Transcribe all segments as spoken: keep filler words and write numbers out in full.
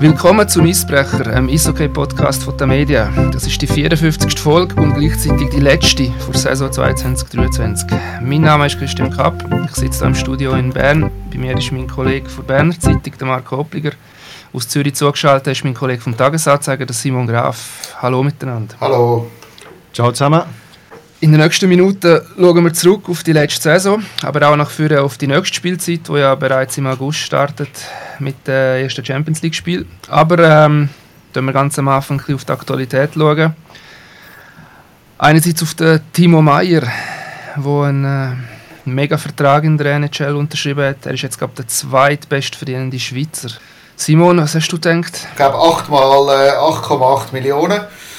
Willkommen zum Eisbrecher, einem Eishockey-Podcast von Tamedia. Das ist die vierundfünfzigste Folge und gleichzeitig die letzte für Saison zwanzig dreiundzwanzig. Mein Name ist Christian Kapp, ich sitze hier im Studio in Bern. Bei mir ist mein Kollege von Berner Zeitung, der Marco Hoppliger. Aus Zürich zugeschaltet ist mein Kollege vom Tagesanzeiger, der Simon Graf. Hallo miteinander. Hallo. Ciao zusammen. In den nächsten Minuten schauen wir zurück auf die letzte Saison, aber auch nach vorne auf die nächste Spielzeit, die ja bereits im August startet mit dem ersten Champions League-Spiel. Aber ähm, schauen wir ganz am Anfang ein bisschen auf die Aktualität schauen. Einerseits auf den Timo Meier, der einen, äh, einen Mega-Vertrag in der N H L unterschrieben hat. Er ist jetzt, glaube ich, der zweitbestverdienende Schweizer. Simon, was hast du gedacht? Ich glaube, achtmal acht Komma acht Millionen.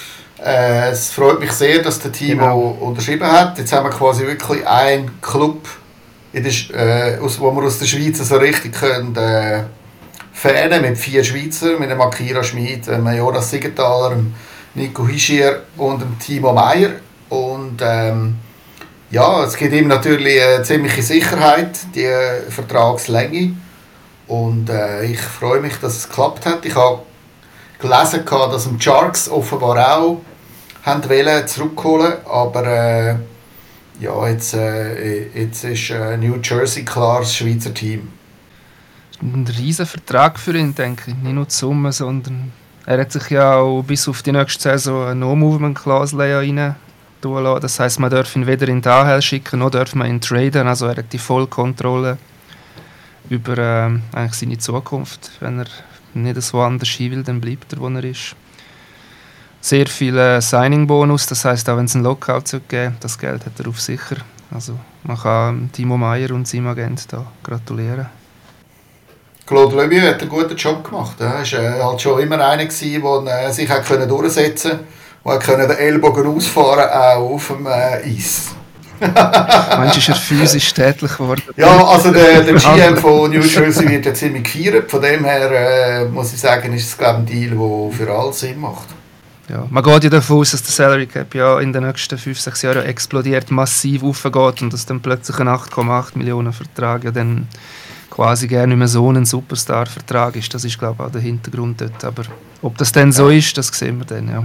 Äh, es freut mich sehr, dass der Timo genau. unterschrieben hat. Jetzt haben wir quasi wirklich einen Club, in der, äh, aus, wo wir aus der Schweiz so richtig können, äh, fanen mit vier Schweizer, mit dem Akira Schmid, dem Jonas Siegenthaler, dem Nico Hischier und dem Timo Meier. Und ähm, ja, es gibt ihm natürlich eine ziemliche Sicherheit, die Vertragslänge. Und äh, ich freue mich, dass es geklappt hat. Ich habe gelesen, dass die Sharks offenbar auch haben wollen, zurückholen, aber äh, ja, jetzt, äh, jetzt ist äh, New Jersey klar das Schweizer Team. Ein riesen Vertrag für ihn, denke ich. Nicht nur die Summe, sondern er hat sich ja auch bis auf die nächste Saison eine No-Movement-Klausel rein tun lassen. Das heisst, man darf ihn weder in die A H L schicken, noch darf man ihn traden. Also er hat die Vollkontrolle über äh, eigentlich seine Zukunft. Wenn er nicht so anders hin will, dann bleibt er, wo er ist. Sehr viel äh, Signing-Bonus, das heisst, auch wenn es einen Lockout geben sollte, das Geld hat er auf sicher. Also man kann Timo Meier und seinem Agent da gratulieren. Claude Lemieux hat einen guten Job gemacht. Er war äh, halt schon immer einer, der äh, sich hat können durchsetzen konnte, der den Ellbogen ausfahren auch auf dem äh, Eis. Meinst du, ist er physisch tätlich geworden? Ja, also der, der G M von New Jersey wird ja ziemlich gefeiert. Von dem her äh, muss ich sagen, ist es glaube ich, ein Deal, der für alle Sinn macht. Ja, man geht ja davon aus, dass der Salary Cap ja in den nächsten fünf sechs Jahren explodiert, massiv aufgeht und dass dann plötzlich ein acht Komma acht Millionen Vertrag ja dann quasi gerne nicht mehr so ein Superstar-Vertrag ist. Das ist glaube ich auch der Hintergrund dort. Aber ob das dann so ist, das sehen wir dann, ja.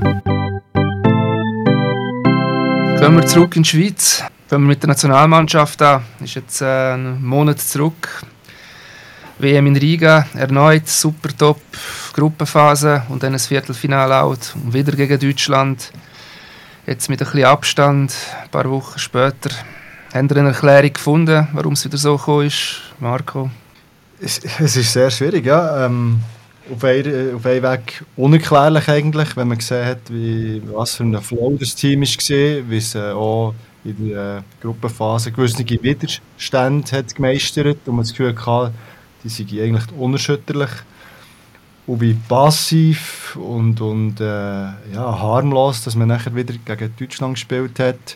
Gehen wir zurück in die Schweiz. Fangen wir mit der Nationalmannschaft an. Ist jetzt äh, einen Monat zurück. W M in Riga, erneut super top Gruppenphase und dann ein Viertelfinale out und wieder gegen Deutschland. Jetzt mit ein bisschen Abstand, ein paar Wochen später. Haben Sie eine Erklärung gefunden, warum es wieder so gekommen ist, Marco? Es, es ist sehr schwierig, ja. Ähm, auf, einen, auf einen Weg unerklärlich eigentlich, wenn man gesehen hat, wie, was für ein Flow das Team war, wie es äh, auch in der Gruppenphase gewisse Widerstände hat gemeistert und man das Gefühl hatte, die sind eigentlich unerschütterlich. Und wie passiv und, und äh, ja, harmlos, dass man nachher wieder gegen Deutschland gespielt hat.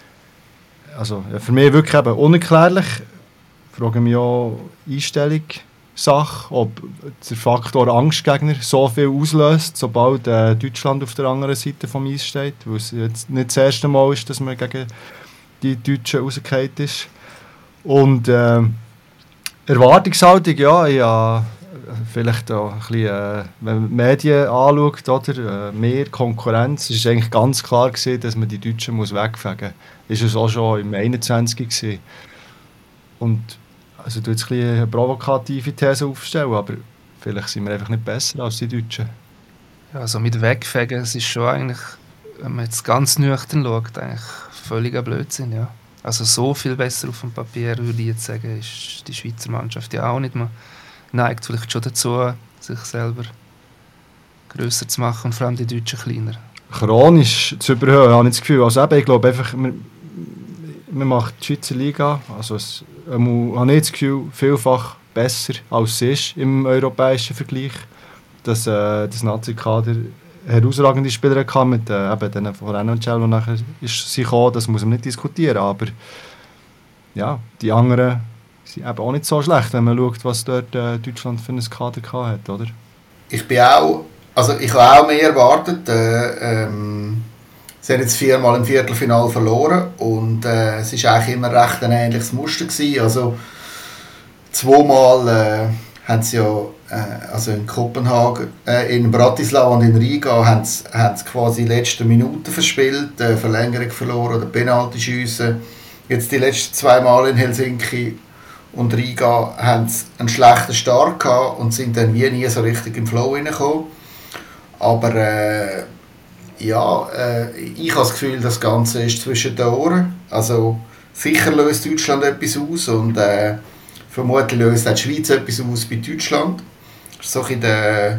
Also ja, für mich wirklich eben unerklärlich. Ich frage mich auch Einstellung, Sache, ob der Faktor Angstgegner so viel auslöst, sobald äh, Deutschland auf der anderen Seite vom Eis steht. Weil es jetzt nicht das erste Mal ist, dass man gegen die Deutschen rausgefallen ist. Und äh, Erwartungshaltung, ja, ja, vielleicht auch ein bisschen, äh, wenn man die Medien anschaut, oder, äh, mehr Konkurrenz, es war eigentlich ganz klar gewesen, dass man die Deutschen muss wegfegen muss. Ist es auch schon im einundzwanzig gewesen. Und also ich tue jetzt ein bisschen eine provokative These aufstellen, aber vielleicht sind wir einfach nicht besser als die Deutschen. Ja, also mit wegfegen, es ist schon eigentlich, wenn man jetzt ganz nüchtern schaut, eigentlich völliger Blödsinn, ja. Also so viel besser auf dem Papier, würde ich jetzt sagen, ist die Schweizer Mannschaft ja auch nicht. Man neigt vielleicht schon dazu, sich selber grösser zu machen und vor allem die Deutschen kleiner. Chronisch zu überhöhen, habe ich das Gefühl. Also eben, ich glaube einfach, man, man macht die Schweizer Liga, also es, ähm, habe ich das Gefühl, vielfach besser als sie ist im europäischen Vergleich. Dass äh, das Nazi-Kader herausragende Spieler hatte mit äh, eben denen von N H L, die nachher ist sie gekommen, das muss man nicht diskutieren, aber ja, die anderen sind eben auch nicht so schlecht, wenn man schaut, was dort äh, Deutschland für ein Kader hat, oder? Ich bin auch, also ich habe auch mehr erwartet. Äh, ähm, sie haben jetzt viermal im Viertelfinale verloren und äh, es ist eigentlich immer recht ein ähnliches Muster gewesen. Also zweimal äh, haben sie ja äh, also in Kopenhagen, äh, in Bratislava und in Riga haben sie, haben sie quasi die letzten Minuten verspielt, äh, Verlängerung verloren oder Penaltyschüsse. Jetzt die letzten zwei Mal in Helsinki und Riga haben sie einen schlechten Start gehabt und sind dann wie nie so richtig im Flow hineingekommen. Aber äh, ja, äh, ich habe das Gefühl, das Ganze ist zwischen den Ohren. Also sicher löst Deutschland etwas aus und äh, vermutlich löst auch die Schweiz etwas aus bei Deutschland. Das ist so ein der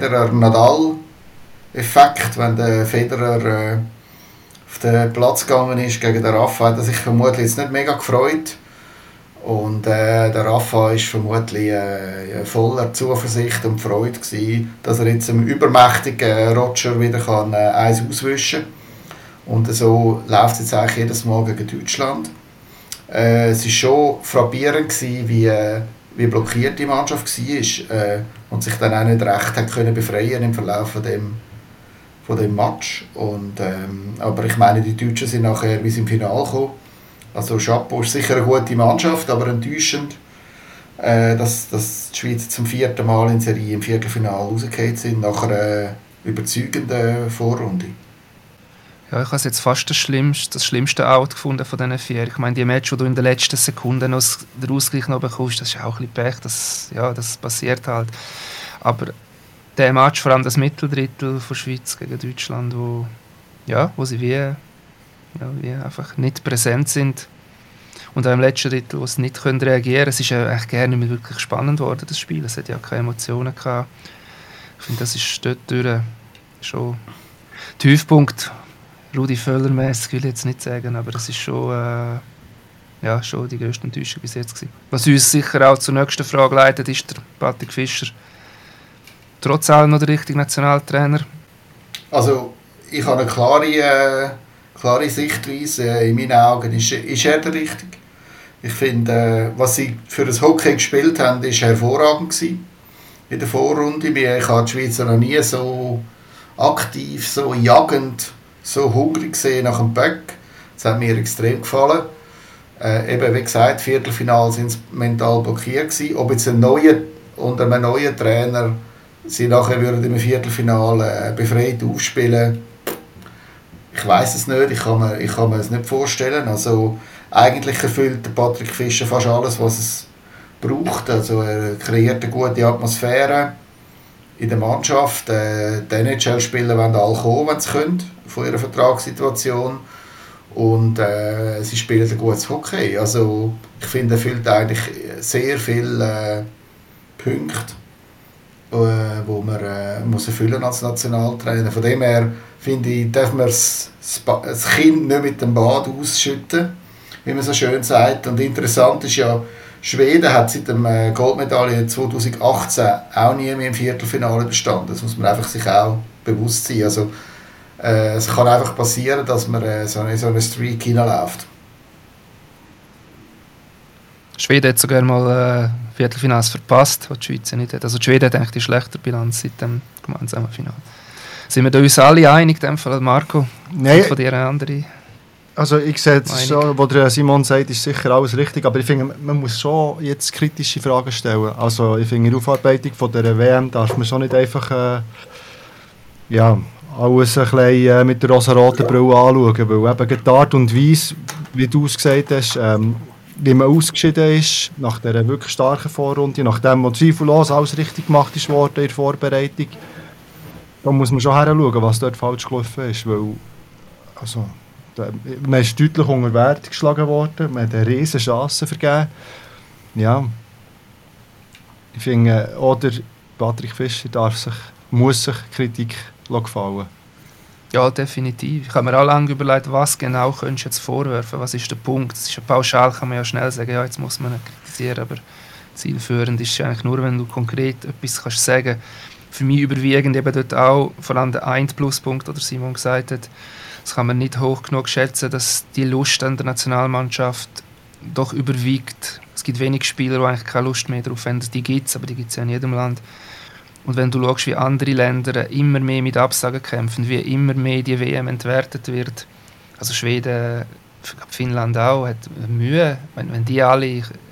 Federer-Nadal-Effekt. Wenn der Federer äh, auf den Platz gegangen ist gegen den Rafa, hat er sich vermutlich jetzt nicht mega gefreut. Und äh, der Rafa war vermutlich äh, voller Zuversicht und Freude gewesen, dass er jetzt einem übermächtigen Roger wieder kann, äh, eins auswischen kann. Und so läuft es jetzt eigentlich jedes Mal gegen Deutschland. Äh, es war schon frappierend gewesen, wie, äh, wie blockiert die Mannschaft war äh, und sich dann auch nicht recht hat können befreien im Verlauf von dem, von dem Match. Und, ähm, aber ich meine, die Deutschen sind nachher bis im Finale gekommen. Also Chapeau ist sicher eine gute Mannschaft, aber enttäuschend, äh, dass, dass die Schweiz zum vierten Mal in Serie im Viertelfinale rausgefallen sind, nach einer überzeugenden Vorrunde. Ja, ich habe jetzt fast das schlimmste, das schlimmste Out gefunden von diesen vier. Ich meine, die Match, wo du in den letzten Sekunden noch den Ausgleich noch bekommst, das ist auch ein bisschen Pech, das, ja, das passiert halt. Aber der Match, vor allem das Mitteldrittel von Schweiz gegen Deutschland, wo, ja, wo sie wie, ja, wie einfach nicht präsent sind. Und auch im letzten Drittel, wo sie nicht können reagieren können. Es ist ja eigentlich gerne nicht mehr wirklich spannend geworden, das Spiel. Es hat ja keine Emotionen gehabt. Ich finde, das ist dort durch schon Tiefpunkt. Rudi Völler-mässig will ich jetzt nicht sagen, aber es ist schon, äh, ja, schon die grösste Enttäuschung bis jetzt gewesen. Was uns sicher auch zur nächsten Frage leitet, ist der Patrick Fischer trotz allem noch der richtige Nationaltrainer? Also ich habe eine klare, äh, klare Sichtweise. In meinen Augen ist, ist er der Richtige. Ich finde, äh, was sie für das Hockey gespielt haben, ist hervorragend gewesen. In der Vorrunde. Ich habe die Schweizer noch nie so aktiv, so jagend, so hungrig gesehen nach dem Puck. Das hat mir extrem gefallen. Äh, eben, wie gesagt, Viertelfinale sind sie mental blockiert gewesen. Ob jetzt ein neuer, unter einem neuen Trainer sie nachher würden im Viertelfinale äh, befreit aufspielen, ich weiß es nicht, ich kann, mir, ich kann mir es nicht vorstellen. Also, eigentlich erfüllt der Patrick Fischer fast alles, was es braucht. Also, er kreiert eine gute Atmosphäre in der Mannschaft. Äh, die N H L-Spieler wollen alle kommen, wenn sie können, von ihrer Vertragssituation. Und äh, sie spielen ein gutes Hockey. Also, ich finde, er erfüllt eigentlich sehr viele äh, Punkte, äh, wo man äh, muss erfüllen als Nationaltrainer. Von dem her finde ich, darf man das, das Kind nicht mit dem Bad ausschütten, wie man so schön sagt. Und interessant ist ja, Schweden hat seit der Goldmedaille zwanzig achtzehn auch nie mehr im Viertelfinale bestanden. Das muss man einfach sich auch bewusst sein. Also, äh, es kann einfach passieren, dass man äh, so eine, so eine Streak hineinläuft. Schweden hat sogar mal äh, Viertelfinals verpasst, was die Schweiz nicht hat. Also die Schweden hat eigentlich die schlechtere Bilanz seit dem gemeinsamen Finale. Sind wir da uns alle einig, in dem Fall, Marco? Nein. Von dir eine andere? Also ich sehe, so, was der Simon sagt, ist sicher alles richtig, aber ich finde, man muss schon jetzt kritische Fragen stellen. Also ich finde, die Aufarbeitung von der W M darf man schon nicht einfach äh, ja, alles ein bisschen äh, mit der rosa-roten Brille anschauen, weil eben die Art und Weise, wie du es gesagt hast, ähm, wie man ausgeschieden ist, nach dieser wirklich starken Vorrunde, nachdem was zweifellos alles richtig gemacht ist worden in der Vorbereitung, da muss man schon hinschauen, was dort falsch gelaufen ist, weil also, man ist deutlich unter Wert geschlagen worden, man hat eine riesige Chance vergeben. Ja, ich finde, oder Patrick Fischer darf sich, muss sich Kritik gefallen. Ja, definitiv. Ich habe mir auch lange überlegt, was genau könntest du jetzt vorwerfen, was ist der Punkt. Das ist ja pauschal, kann man ja schnell sagen, ja, jetzt muss man ihn kritisieren, aber zielführend ist es eigentlich nur, wenn du konkret etwas kannst sagen. Für mich überwiegend eben dort auch, vor allem der ein Pluspunkt, oder Simon gesagt hat, das kann man nicht hoch genug schätzen, dass die Lust an der Nationalmannschaft doch überwiegt. Es gibt wenig Spieler, die eigentlich keine Lust mehr darauf haben. Die gibt es, aber die gibt es ja in jedem Land. Und wenn du schaust, wie andere Länder immer mehr mit Absagen kämpfen, wie immer mehr die W M entwertet wird, also Schweden, Finnland auch, hat Mühe, wenn, wenn die alle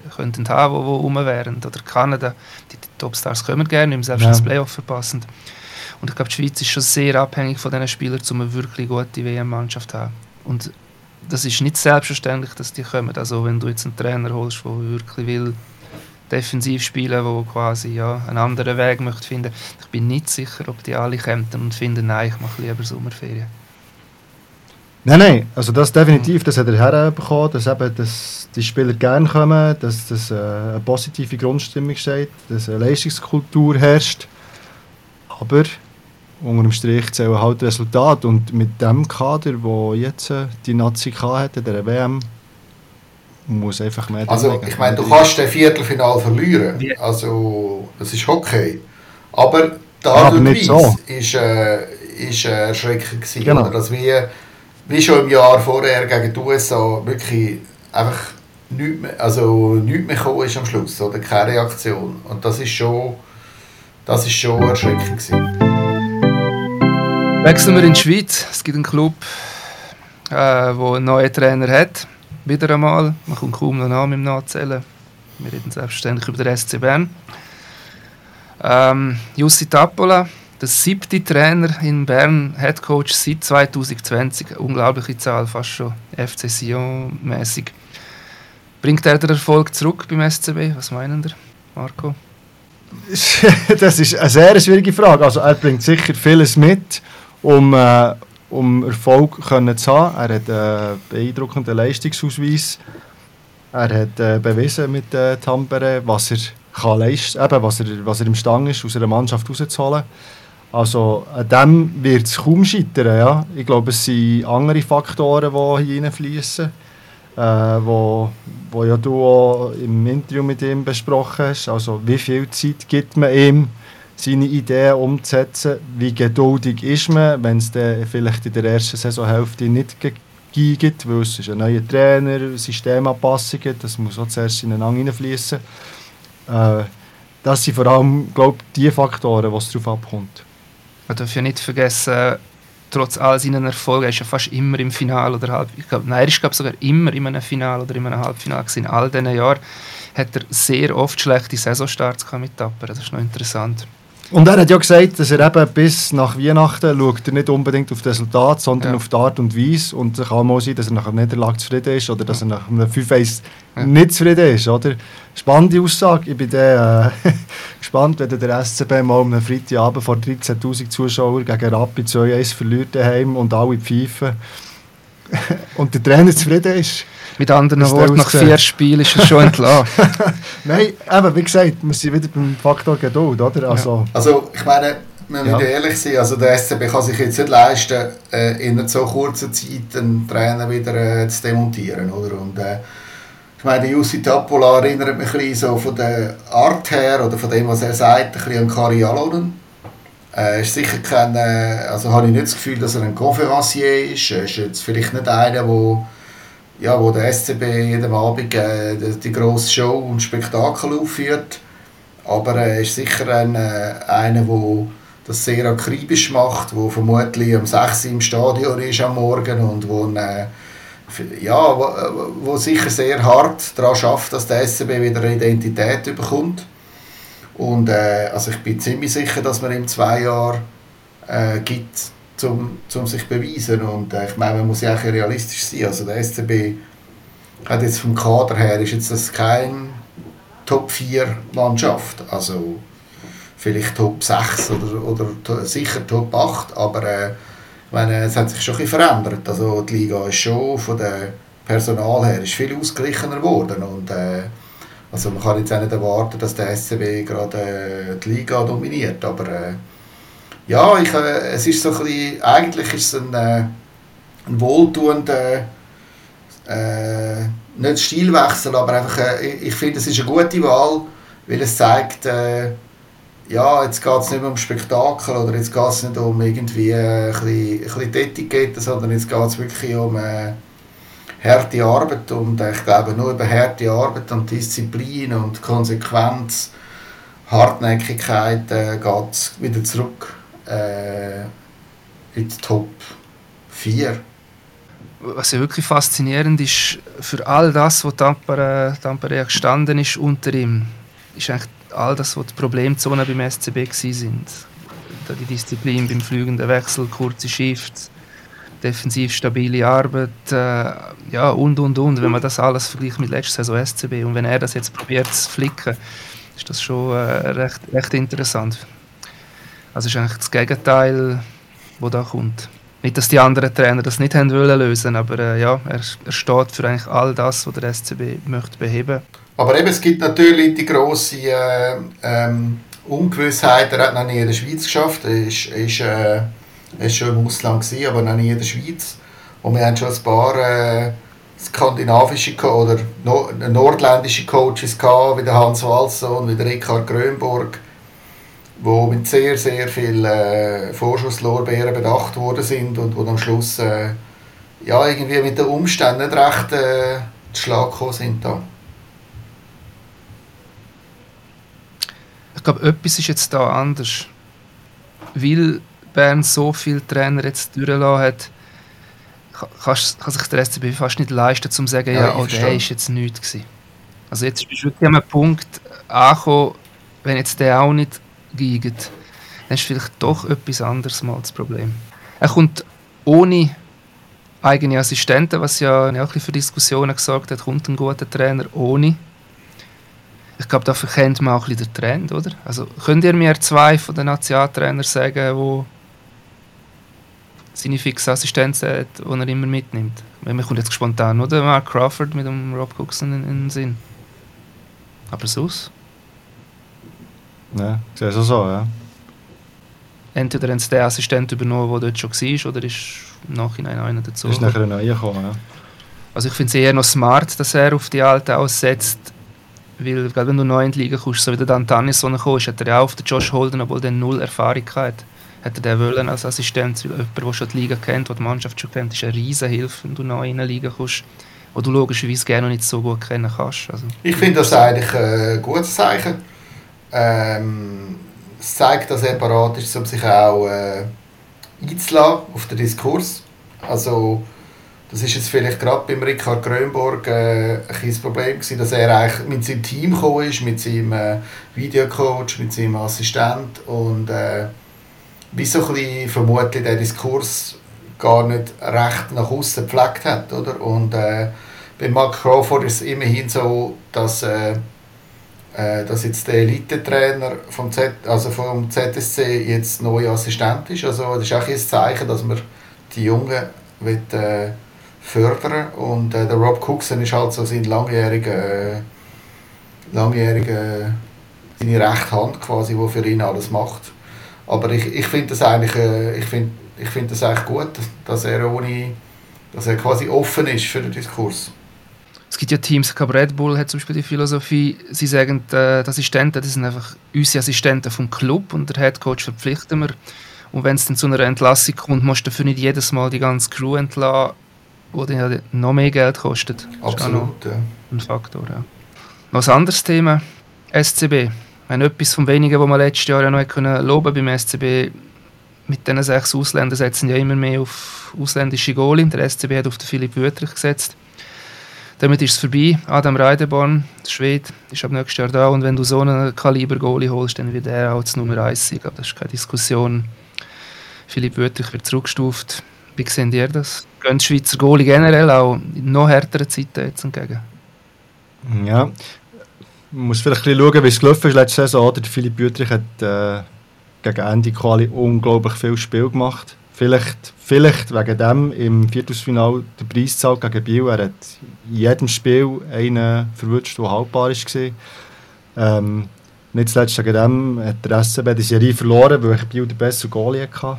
könnten haben, die rum wären. Oder Kanada, die, die Topstars kommen gerne, im selbst Ja. ins Playoff verpassen. Und ich glaube, die Schweiz ist schon sehr abhängig von diesen Spielern, um eine wirklich gute W M-Mannschaft zu haben. Und das ist nicht selbstverständlich, dass die kommen. Also wenn du jetzt einen Trainer holst, der wirklich will defensiv spielen, der quasi ja, einen anderen Weg möchte finden, ich bin nicht sicher, ob die alle kommen und finden, nein, ich mache lieber Sommerferien. Nein, nein, also das definitiv, das hat er herbekommen, dass eben dass die Spieler gerne kommen, dass das äh, eine positive Grundstimmung steht, dass eine Leistungskultur herrscht. Aber unter dem Strich zählen halt Resultate. Und mit dem Kader, wo jetzt äh, die Nazi hatte, der W M, muss einfach mehr Also drin liegen. ich meine, du kannst den Viertelfinal verlieren, also das ist okay. Aber die Art und nicht Weise so. ist, äh, ist äh, erschreckend gewesen, Genau. oder? Dass wir, wie schon im Jahr vorher gegen die U S A, wirklich einfach nichts mehr, also nichts mehr gekommen ist am Schluss, oder? Keine Reaktion. Und das ist schon, das ist schon erschreckend gewesen. Wechseln wir in die Schweiz. Es gibt einen Club, äh, der einen neuen Trainer hat. Wieder einmal. Man kommt kaum noch Namen im Nachzählen. Wir reden selbstverständlich über den S C Bern. Ähm, Jussi Tappola, der siebte Trainer in Bern, Headcoach seit zwanzig zwanzig. Eine unglaubliche Zahl, fast schon F C Sion-mäßig. Bringt er den Erfolg zurück beim S C B? Was meinen ihr, Marco? Das ist eine sehr schwierige Frage. Also er bringt sicher vieles mit, um, äh, um Erfolg können zu haben. Er hat einen beeindruckenden Leistungsausweis. Er hat äh, bewiesen mit äh, Tampere, was er kann leisten, eben, was er, was er imstande ist, aus einer Mannschaft rauszuholen. Also an dem wird es kaum scheitern. Ja? Ich glaube, es sind andere Faktoren, die hier reinfließen, äh, wo, wo ja du auch im Interview mit ihm besprochen hast. Also wie viel Zeit gibt man ihm, seine Ideen umzusetzen? Wie geduldig ist man, wenn es dann vielleicht in der ersten Saisonhälfte nicht gibt, weil es ist ein neuer Trainer, Systemanpassungen, das muss auch zuerst ineinander hineinfließen. Äh, das sind vor allem, glaube ich, die Faktoren, was darauf abkommt. Man darf ja nicht vergessen, trotz all seinen Erfolgen, er ist ja fast immer im Finale oder halb, ich glaube, nein, er ist glaube sogar immer in einem Finale oder in einem Halbfinale gewesen. In all diesen Jahren hat er sehr oft schlechte Saisonstarts mit Tapper. Das ist noch interessant. Und er hat ja gesagt, dass er eben bis nach Weihnachten schaut er nicht unbedingt auf das Resultat, sondern ja. auf die Art und Weise. Und es kann mal sein, dass er nach einer Niederlage zufrieden ist oder dass er nach einem fünf eins ja. nicht zufrieden ist. Oder? Spannende Aussage. Ich bin dann, äh, gespannt, wenn der S C B mal am Freitagabend vor dreizehntausend Zuschauern gegen Rapid zwei eins verliert daheim und alle pfeifen und der Trainer zufrieden ist. Mit anderen Das Worten, nach aussehen. vier Spielen ist er schon entlassen. Nein, eben, wie gesagt, wir sind wieder beim Faktor Geduld. Oder? Also, Also ich meine, wir müssen Ja. ehrlich sein, also der S C B kann sich jetzt nicht leisten, äh, in so kurzer Zeit einen Trainer wieder äh, zu demontieren. Oder? Und, äh, ich meine, Jussi Tappola erinnert mich ein bisschen so von der Art her oder von dem, was er sagt, ein bisschen an Kari Jalonen. Er äh, ist sicher kein, äh, also habe ich nicht das Gefühl, dass er ein Conférencier ist. Er ist jetzt vielleicht nicht einer, der ja, wo der S C B jeden Abend äh, die, die grosse Show und Spektakel aufführt. Aber er äh, ist sicher ein, äh, einer, der das sehr akribisch macht, der vermutlich um sechs Uhr im Stadion ist am Morgen und wo, äh, ja, wo, wo sicher sehr hart daran schafft, dass der S C B wieder eine Identität bekommt. Und äh, also ich bin ziemlich sicher, dass man ihm zwei Jahre äh, gibt, um zum sich zu beweisen. Und äh, ich meine, man muss ja auch realistisch sein. Also der S C B hat jetzt vom Kader her ist jetzt das keine Top vier Mannschaft. Also vielleicht Top sechs oder, oder to, sicher Top acht. Aber äh, ich meine, es hat sich schon ein bisschen verändert. Also die Liga ist schon von der Personal her ist viel ausgeglichener geworden. Und, äh, also man kann jetzt auch nicht erwarten, dass der S C B gerade äh, die Liga dominiert. Aber äh, ja, ich, äh, es ist so ein bisschen, eigentlich ist es ein, äh, ein wohltuender, äh, nicht Stilwechsel, aber einfach, äh, ich, ich finde, es ist eine gute Wahl, weil es zeigt, äh, ja, jetzt geht es nicht mehr um Spektakel oder jetzt geht es nicht um irgendwie äh, ein bisschen, ein bisschen die Etikette, sondern jetzt geht es wirklich um äh, harte Arbeit. Und äh, ich glaube, nur über harte Arbeit und Disziplin und Konsequenz, Hartnäckigkeit äh, geht es wieder zurück in die Top vier. was ja wirklich faszinierend ist, für all das, was Tampere, Tampere gestanden ist unter ihm, ist eigentlich all das, was die Problemzonen beim S C B gewesen sind. Die Disziplin beim fliegenden Wechsel, kurze Shifts, defensiv stabile Arbeit, äh, ja, und, und, und. Wenn man das alles vergleicht mit letzter Saison S C B und wenn er das jetzt probiert zu flicken, ist das schon äh, recht, recht interessant. Also ist eigentlich das Gegenteil, was da kommt. Nicht, dass die anderen Trainer das nicht haben wollen lösen, aber äh, ja, er, er steht für eigentlich all das, was der S C B möchte beheben. Aber eben, es gibt natürlich die grosse äh, ähm, Ungewissheit. Er hat noch nie in der Schweiz geschafft. Er ist, ist, äh, er ist schon im Ausland gewesen, aber noch nie in der Schweiz. Und wir haben schon ein paar äh, skandinavische Co- oder no- nordländische Coaches gehabt, wie der Hans Walsson, wie der Richard Grönborg, die mit sehr, sehr vielen äh, Vorschusslorbeeren bedacht worden sind und die am Schluss äh, ja, irgendwie mit den Umständen nicht recht äh, zu Schlag gekommen sind. Da. Ich glaube, etwas ist jetzt da anders. Weil Bern so viele Trainer jetzt durchgelassen hat, kann, kann sich der S C B fast nicht leisten, um zu sagen, ja, ja oh, der war jetzt nichts gewesen. Also jetzt bist du wirklich an einem Punkt angekommen, wenn jetzt der auch nicht geigt, dann ist vielleicht doch etwas anderes mal das Problem. Er kommt ohne eigene Assistenten, was ja auch ein bisschen für Diskussionen gesorgt hat, kommt ein guter Trainer ohne. Ich glaube, da verkennt man auch ein bisschen den Trend, oder? Also könnt ihr mir zwei von den Nationaltrainern sagen, wo seine fixe Assistenz hat, die er immer mitnimmt? Mir kommt jetzt spontan, oder? Mark Crawford mit dem Rob Cookson in, in den Sinn. Aber sonst? Ja, das ist auch so, ja. Entweder haben sie den Assistent übernommen, der dort schon war, oder ist im Nachhinein einer dazu. Ist nachher ein neuer gekommen, ja. Also ich finde es eher noch smart, dass er auf die Alten aussetzt, weil gerade wenn du neu in die Liga kommst, so wie der Dantanis so gekommen ist, hat er ja auch auf den Josh Holden, obwohl der null Erfahrung hat, hätte er den wollen als Assistent, weil jemand, der schon die Liga kennt, der die Mannschaft schon kennt, ist eine riesen Hilfe, wenn du neu in eine Liga kommst, wo du logischerweise gerne noch nicht so gut kennen kannst. Also, ich finde das eigentlich ein gutes Zeichen. Ähm, es zeigt, dass er bereit ist, um sich auch äh, einzulassen auf den Diskurs. Also, das ist jetzt vielleicht gerade beim Richard Grönborg äh, ein kleines Problem gewesen, dass er eigentlich mit seinem Team gekommen ist, mit seinem äh, Videocoach, mit seinem Assistent und äh, wie so ein bisschen vermutlich der Diskurs gar nicht recht nach außen gepflegt hat, oder? Und äh, bei Mark Crawford ist es immerhin so, dass äh, dass jetzt der Elite-Trainer vom, Z, also vom Z S C jetzt neuer Assistent ist. Also das ist auch ein Zeichen, dass man die Jungen will, äh, fördern. Und äh, der Rob Cookson ist halt so sein langjähriger, äh, langjähriger seine rechte Hand quasi, die für ihn alles macht. Aber ich, ich finde das eigentlich, äh, ich find, ich find das eigentlich gut, dass er ohne, dass er quasi offen ist für den Diskurs. Es gibt ja Teams, ich glaube Red Bull hat zum Beispiel die Philosophie, sie sagen, äh, die Assistenten, das sind einfach unsere Assistenten vom Club und der Headcoach verpflichten wir. Und wenn es dann zu einer Entlassung kommt, musst du dafür nicht jedes Mal die ganze Crew entlassen, die dann ja noch mehr Geld kostet. Absolut, ja. Ein Faktor, ja. Noch ein anderes Thema, S C B. Wenn etwas vom Wenigen, was wir letztes Jahr ja noch können loben beim S C B, mit diesen sechs Ausländern setzen ja immer mehr auf ausländische Goalie. Der S C B hat auf den Philipp Wüthrich gesetzt. Damit ist es vorbei. Adam Reideborn, der Schwede, ist ab nächstes Jahr da. Und wenn du so einen Kaliber-Goalie holst, dann wird er auch das Nummer eins sein. Aber das ist keine Diskussion. Philipp Wüthrich wird zurückgestuft. Wie sehen ihr das? Gehen die Schweizer Goalie generell auch in noch härteren Zeiten jetzt entgegen? Ja, man muss vielleicht ein bisschen schauen, wie es gelaufen ist letzte Saison. Oder? Philipp Wüthrich hat äh, gegen Ende Quali unglaublich viel Spiel gemacht. Vielleicht, vielleicht wegen dem im Viertelfinale der Preiszahl gegen Biel. Er hat in jedem Spiel einen verwünscht, der haltbar war. Ähm, nicht zuletzt wegen dem hat der S C B die Serie verloren, weil Biel den besseren Goalie hatte.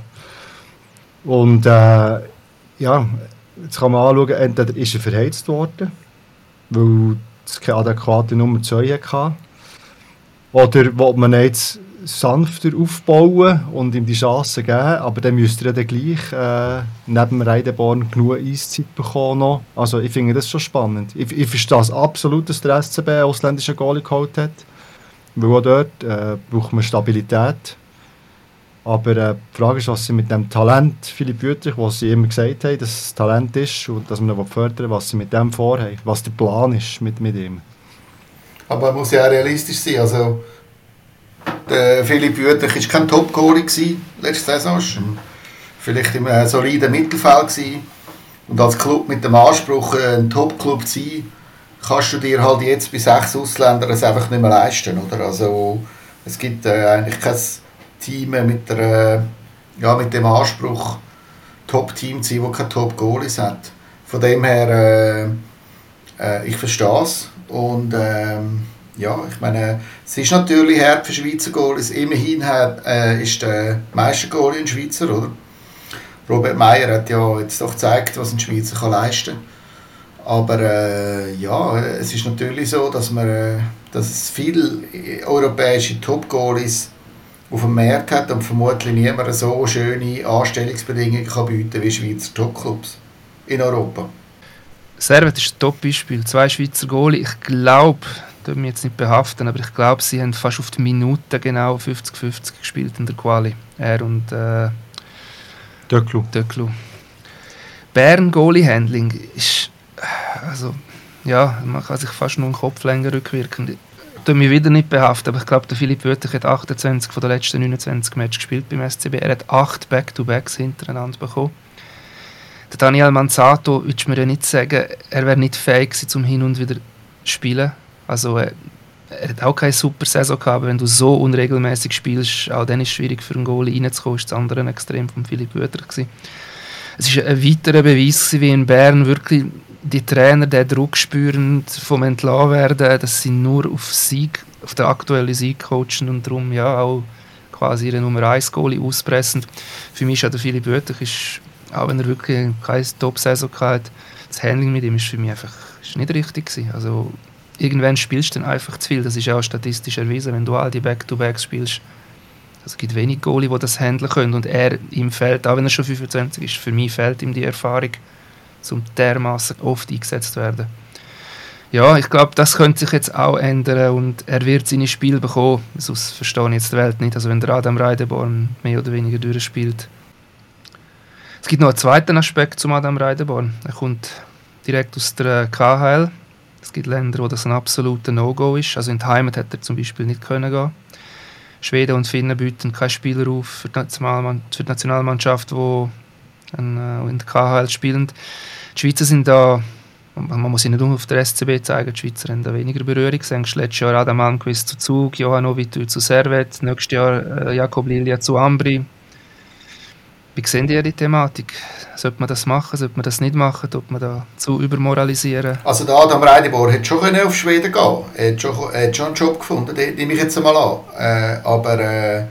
Und äh, ja, jetzt kann man anschauen, entweder ist er verheizt worden, weil es keine adäquate Nummer zwei hatte. Oder will man jetzt sanfter aufbauen und ihm die Chance geben, aber dann müsste er dann gleich äh, neben Reideborn genug Eiszeit bekommen. Noch. Also ich finde das schon spannend. Ich, ich verstehe das absolut, dass der S C B einen ausländischen Goalie geholt hat, weil auch dort äh, braucht man Stabilität. Aber äh, die Frage ist, was sie mit dem Talent, Philipp Wüttrich, was sie immer gesagt haben, dass es Talent ist und dass man ihn fördern will, was sie mit dem vorhaben, was der Plan ist mit, mit ihm. Aber man muss ja auch realistisch sein. Also, der Philipp Wüttrich war kein Top-Goalie letzte Saison. Mhm. Vielleicht im äh, soliden Mittelfeld gewesen. Und als Club mit dem Anspruch, ein Top-Club zu sein, kannst du dir halt jetzt bei sechs Ausländern es einfach nicht mehr leisten. Oder? Also, es gibt äh, eigentlich kein Team mit, der, ja, mit dem Anspruch, Top-Team zu sein, das keine Top-Goalies hat. Von dem her, äh, äh, ich verstehe es. Und ähm, ja, ich meine, es ist natürlich hart für Schweizer Goalies. Immerhin hat, äh, ist der Meistergoalie ein Schweizer, oder? Robert Meyer hat ja jetzt doch gezeigt, was ein Schweizer kann leisten kann. Aber äh, ja, es ist natürlich so, dass, man, äh, dass es viele europäische Top-Goalies auf dem Markt hat und vermutlich niemand so schöne Anstellungsbedingungen kann bieten wie Schweizer Top-Clubs in Europa. Servet ist ein Top-Beispiel. Zwei Schweizer Goalie. Ich glaube, das mich jetzt nicht behaften, aber ich glaube, sie haben fast auf die Minute genau fünfzig fünfzig gespielt in der Quali. Er und äh, Döcklu. Döcklu. Bern Goalie-Handling ist, also, ja, man kann sich fast nur einen Kopf länger rückwirken. Ich tue mich wieder nicht behaften, aber ich glaube, der Philipp Wüttrich hat achtundzwanzig von den letzten neunundzwanzig Matches gespielt beim S C B. Er hat acht Back-to-Backs hintereinander bekommen. Der Daniel Manzato, würdest du mir ja nicht sagen, er wäre nicht fähig gewesen, zum hin und wieder zu spielen. Also, er, er hat auch keine super Saison gehabt, aber wenn du so unregelmäßig spielst, auch dann ist es schwierig für einen Goalie reinzukommen. Das war das andere Extrem von Philipp Wüttrich gewesen. Es war ein weiterer Beweis, wie in Bern wirklich die Trainer den Druck spüren vom Entlassen dass sie nur auf Sieg, auf den aktuellen Sieg coachen und darum ja auch quasi ihre Nummer eins Goalie auspressen. Für mich ist auch der Philipp Wüttrich, ist, auch wenn er wirklich keine Top-Saison hatte, das Handling mit ihm ist für mich einfach ist nicht richtig gewesen. Also irgendwann spielst du dann einfach zu viel, das ist auch statistisch erwiesen, wenn du all die Back-to-Backs spielst. Also es gibt wenig Goalie, die das handeln können und er ihm fehlt, auch wenn er schon fünfundzwanzig ist, für mich fehlt ihm die Erfahrung, um dermaßen oft eingesetzt zu werden. Ja, ich glaube, das könnte sich jetzt auch ändern und er wird seine Spiele bekommen, sonst verstehe ich jetzt die Welt nicht. Also wenn der Adam Reideborn mehr oder weniger durchspielt. Es gibt noch einen zweiten Aspekt zum Adam Reideborn. Er kommt direkt aus der K H L. Es gibt Länder, wo das ein absoluter No-Go ist. Also in die Heimat hätte er zum Beispiel nicht können gehen. Schweden und Finnen bieten keinen Spieler auf für die, Nationalmann- für die Nationalmannschaft, die in der K H L spielen. Die Schweizer sind da, man muss ihnen nur auf der S C B zeigen, die Schweizer haben da weniger Berührungsängste. Letztes Jahr Adam Almqvist zu Zug, Johanovic zu Servet, nächstes Jahr äh, Jakob Lilja zu Ambri. Wie sehen die die Thematik? Sollte man das machen, sollte man das nicht machen, sollte man da zu übermoralisieren? Also der Adam Reideborn hätte schon auf Schweden gehen können. Er hat schon, er hat schon einen Job gefunden, den nehme ich jetzt einmal an. Äh, aber äh,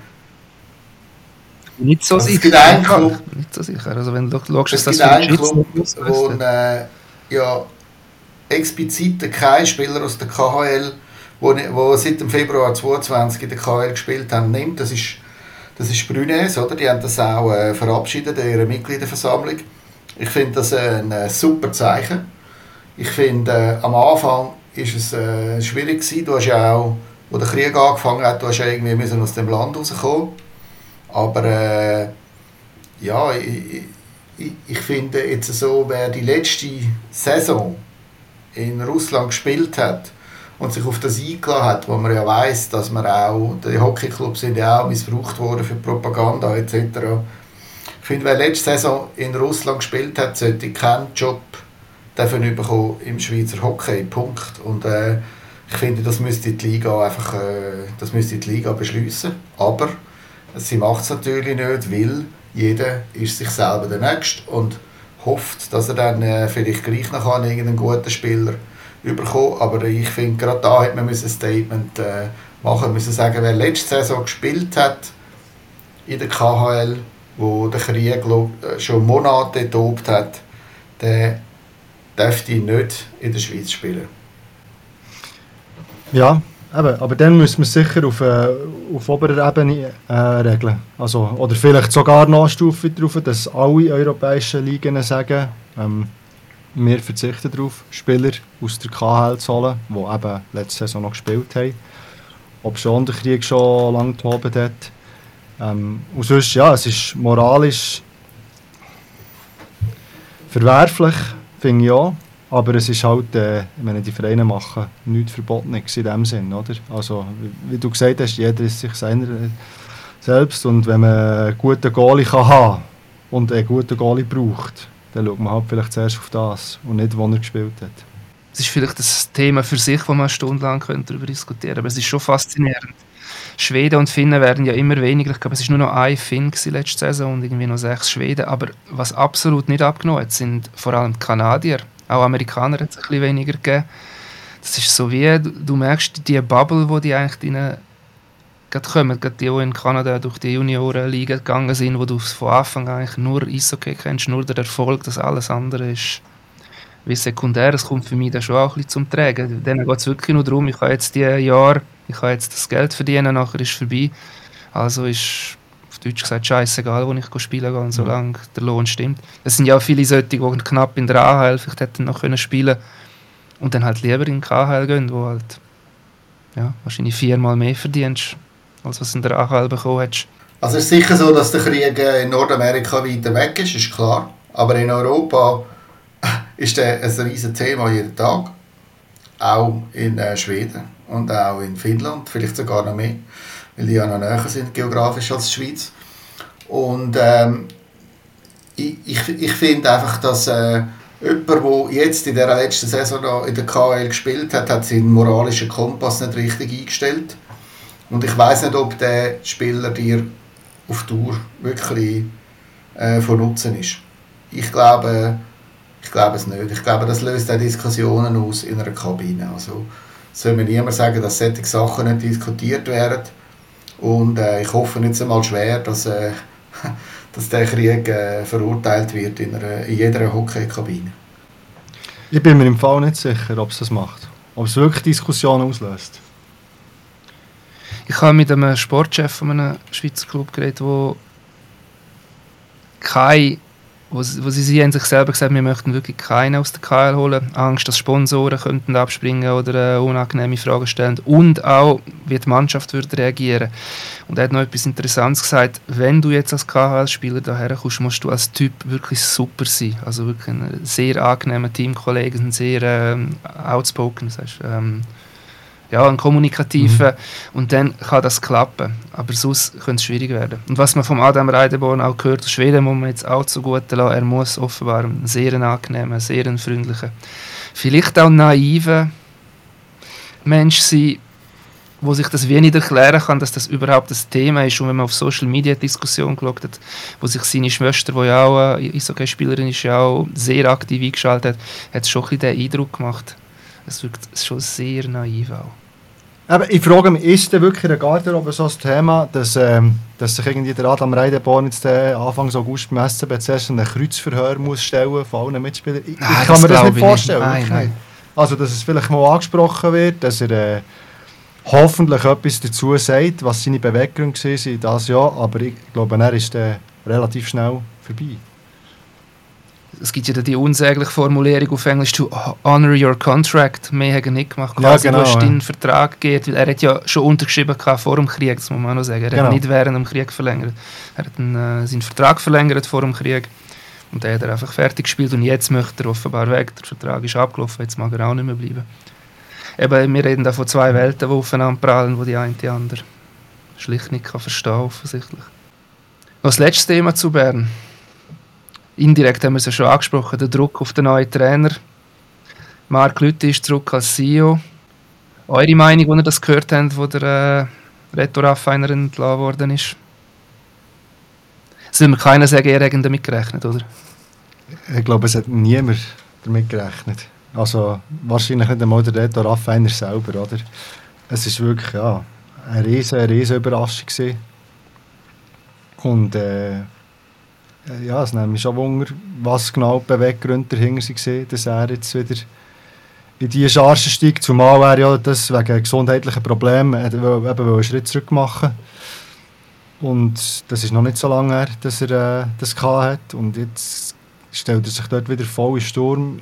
nicht so also sicher. Es gibt einen Club, nicht so sicher. Also wenn du schaust, es dass gibt das einen Club, wo äh, ja, explizit kein Spieler aus der K H L, wo, wo seit dem Februar zweitausendzweiundzwanzig in der K H L gespielt haben, nimmt. Das ist Das ist Brunnes, oder? Die haben das auch äh, verabschiedet in ihrer Mitgliederversammlung. Ich finde das ein äh, super Zeichen. Ich finde, äh, am Anfang ist es äh, schwierig gewesen. Du hast ja auch, wo der Krieg angefangen hat, du hast ja irgendwie müssen aus dem Land rauskommen. Aber äh, ja, ich, ich, ich finde jetzt so, wer die letzte Saison in Russland gespielt hat und sich auf das eingeladen hat, wo man ja weiss, dass man auch, die Hockeyclubs sind ja auch missbraucht worden für Propaganda et cetera. Ich finde, wer letzte Saison in Russland gespielt hat, sollte keinen Job dafür bekommen im Schweizer Hockey. Punkt. Und äh, ich finde, das müsste die Liga einfach, äh, das müsste die Liga beschließen. Aber sie macht es natürlich nicht, weil jeder ist sich selber der Nächste und hofft, dass er dann äh, vielleicht gleich noch an irgendeinen guten Spieler überkommen. Aber ich finde, gerade da hätte man ein Statement äh, machen müssen, sagen, wer letzte Saison gespielt hat in der K H L, wo der Krieg schon Monate tobt hat, der dürfte nicht in der Schweiz spielen. Ja, eben, aber dann müssen wir es sicher auf, äh, auf oberer Ebene äh, regeln. Also, oder vielleicht sogar nachstufen darauf, dass alle europäischen Ligen sagen, ähm, wir verzichten darauf, Spieler aus der K H L zu holen, die eben letzte Saison noch gespielt haben. Ob schon der Krieg schon lange tobt hat. Ähm, und sonst, ja, es ist moralisch verwerflich, finde ich auch. Aber es ist halt, äh, ich meine, die Vereine machen nichts Verbotenes in dem Sinn, oder? Also, wie, wie du gesagt hast, jeder ist sich seiner selbst. Und wenn man einen guten Goalie kann haben und einen guten Goalie braucht, dann schaut man halt vielleicht zuerst auf das und nicht, wo er gespielt hat. Es ist vielleicht ein Thema für sich, wo man stundenlang darüber diskutieren könnte, aber es ist schon faszinierend. Schweden und Finnen werden ja immer weniger. Ich glaube, es war nur noch ein Finn letzte Saison und irgendwie noch sechs Schweden. Aber was absolut nicht abgenommen hat, sind vor allem die Kanadier. Auch Amerikaner hat es ein bisschen weniger gegeben. Das ist so wie, du, du merkst, die Bubble, wo die eigentlich rein kommen, gerade die, die in Kanada durch die Juniorenliga gegangen sind, wo du von Anfang an eigentlich nur Eishockey kennst, nur der Erfolg, das alles andere ist wie sekundär. Das kommt für mich dann schon auch ein bisschen zum Tragen. Denen geht es wirklich nur darum, ich habe jetzt die Jahre, ich kann jetzt das Geld verdienen, nachher ist es vorbei. Also ist auf Deutsch gesagt scheißegal, wo ich spielen gehe, solange der Lohn stimmt. Es sind ja auch viele solche, die knapp in der A H L vielleicht hätten noch können spielen und dann halt lieber in die K H L gehen, wo halt ja, wahrscheinlich viermal mehr verdienst, als was in der A H L bekommen hättest. Also es ist sicher so, dass der Krieg in Nordamerika weiter weg ist, ist klar. Aber in Europa ist der ein riesiges Thema jeden Tag. Auch in äh, Schweden und auch in Finnland, vielleicht sogar noch mehr, weil die ja noch näher sind geografisch als die Schweiz. Und ähm, ich, ich, ich finde einfach, dass äh, jemand, der jetzt in der letzten Saison noch in der K H L gespielt hat, hat seinen moralischen Kompass nicht richtig eingestellt. Und ich weiss nicht, ob der Spieler dir auf Dauer wirklich äh, von Nutzen ist. Ich glaube, ich glaube es nicht. Ich glaube, das löst auch Diskussionen aus in einer Kabine. Also soll mir niemand sagen, dass solche Sachen nicht diskutiert werden. Und äh, ich hoffe nicht einmal schwer, dass, äh, dass der Krieg äh, verurteilt wird in, einer, in jeder Hockeykabine. Ich bin mir im Fall nicht sicher, ob es das macht. Ob es wirklich Diskussionen auslöst. Ich habe mit einem Sportchef von einem Schweizer Club geredet, wo kein Wo, wo sie, sie haben sich selber gesagt, wir möchten wirklich keinen aus der K L holen. Angst, dass Sponsoren könnten abspringen oder äh, unangenehme Fragen stellen. Und auch, wie die Mannschaft würde reagieren. Und er hat noch etwas Interessantes gesagt. Wenn du jetzt als K H L-Spieler daher kommst, musst du als Typ wirklich super sein. Also wirklich ein sehr angenehmer Teamkollege, ein sehr ähm, outspoken, das heißt, ähm, ja, ein kommunikativer. Mhm. Und dann kann das klappen. Aber sonst könnte es schwierig werden. Und was man vom Adam Reideborn auch gehört, aus Schweden muss man jetzt auch zugute lassen, er muss offenbar ein sehr angenehmer, sehr freundlicher, vielleicht auch naiver Mensch sein, wo sich das wenig erklären kann, dass das überhaupt das Thema ist. Und wenn man auf Social Media Diskussion geschaut hat, wo sich seine Schwester, die ja auch eine Eishockey-Spielerin ist, ja auch sehr aktiv eingeschaltet hat, hat es schon ein bisschen den Eindruck gemacht. Es wirkt schon sehr naiv auch. Aber ich frage mich, ist denn wirklich in der Garderobe so das Thema, dass, ähm, dass sich irgendwie der Adam Reideborn jetzt äh, Anfang August beim S C B zuerst ein Kreuzverhör muss stellen von allen Mitspielern? Ich, nein, ich kann mir das nicht vorstellen. Nein, nein. Also, dass es vielleicht mal angesprochen wird, dass er äh, hoffentlich etwas dazu sagt, was seine Beweggründe waren dieses Jahr, aber ich glaube, er ist äh, relativ schnell vorbei. Es gibt ja die unsägliche Formulierung auf Englisch, to honor your contract. Mehr hat er nicht gemacht. Quasi, ja, genau, du hast ja. deinen Vertrag gegeben. Er hat ja schon untergeschrieben vor dem Krieg, das muss man auch noch sagen. Er genau. hat nicht während dem Krieg verlängert. Er hat einen, äh, seinen Vertrag verlängert vor dem Krieg. Und dann hat er einfach fertig gespielt. Und jetzt möchte er offenbar weg. Der Vertrag ist abgelaufen, jetzt mag er auch nicht mehr bleiben. Eben, wir reden da von zwei Welten, die aufeinander prallen, wo die eine die andere schlicht nicht kann verstehen, offensichtlich. Noch das letzte Thema zu Bern. Indirekt haben wir es ja schon angesprochen, der Druck auf den neuen Trainer. Marc Lüthi ist zurück als C E O. Eure Meinung, als ihr das gehört habt, wo der äh, Reto Raffiner entlassen worden ist? Es will mir keiner sagen, ihr habt damit gerechnet, oder? Ich glaube, es hat niemand damit gerechnet. Also wahrscheinlich nicht einmal der Reto Raffiner selber, oder? Es war wirklich ja, eine riesige, riesige Überraschung gewesen. Und äh, ja, es nimmt mich schon Wunder, was genau die Beweggründe dahinter waren, dass er jetzt wieder in diese Charge steigt. Zumal er ja das wegen gesundheitlichen Problemen eben einen Schritt zurück machen. Und das ist noch nicht so lange her, dass er äh, das gehabt hat. Und jetzt stellt er sich dort wieder voll in Sturm.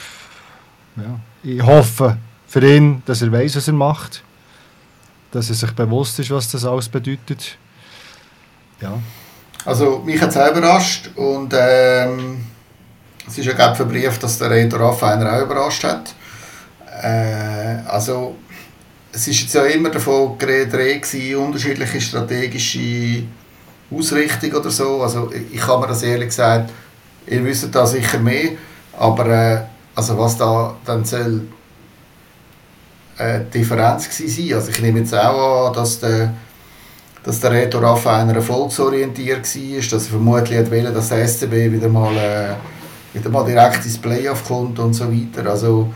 Ja. Ich hoffe für ihn, dass er weiss, was er macht. Dass er sich bewusst ist, was das alles bedeutet. ja. Also mich hat es auch überrascht und ähm, es ist ja gerade verbrieft, dass der Reto Raffainer auch überrascht hat. Äh, also es ist jetzt ja immer davon geredet, unterschiedliche strategische Ausrichtung oder so. Also ich habe mir das ehrlich gesagt, ihr wisst da sicher mehr, aber äh, also was da dann soll äh, die Differenz gewesen sein. Also ich nehme jetzt auch an, dass der dass der Reto Raffainer erfolgsorientiert war, dass er vermutlich wollte, dass der S C B wieder mal, äh, wieder mal direkt ins Playoff kommt und so weiter. Also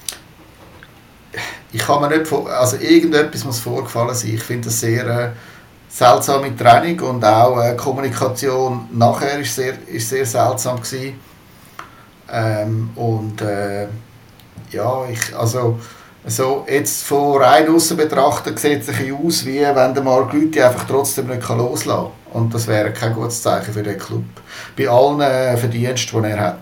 ich kann mir nicht, also irgendetwas muss vorgefallen sein. Ich finde das sehr äh, seltsame Training und auch äh, Kommunikation nachher ist sehr, ist sehr seltsam gewesen. Ähm, und äh, ja, ich, also so, jetzt von rein aussen betrachtet sieht es ein aus, wie wenn der Marc Lüthi einfach trotzdem nicht loslassen kann. Und das wäre kein gutes Zeichen für den Club. Bei allen äh, Verdiensten, die er hat.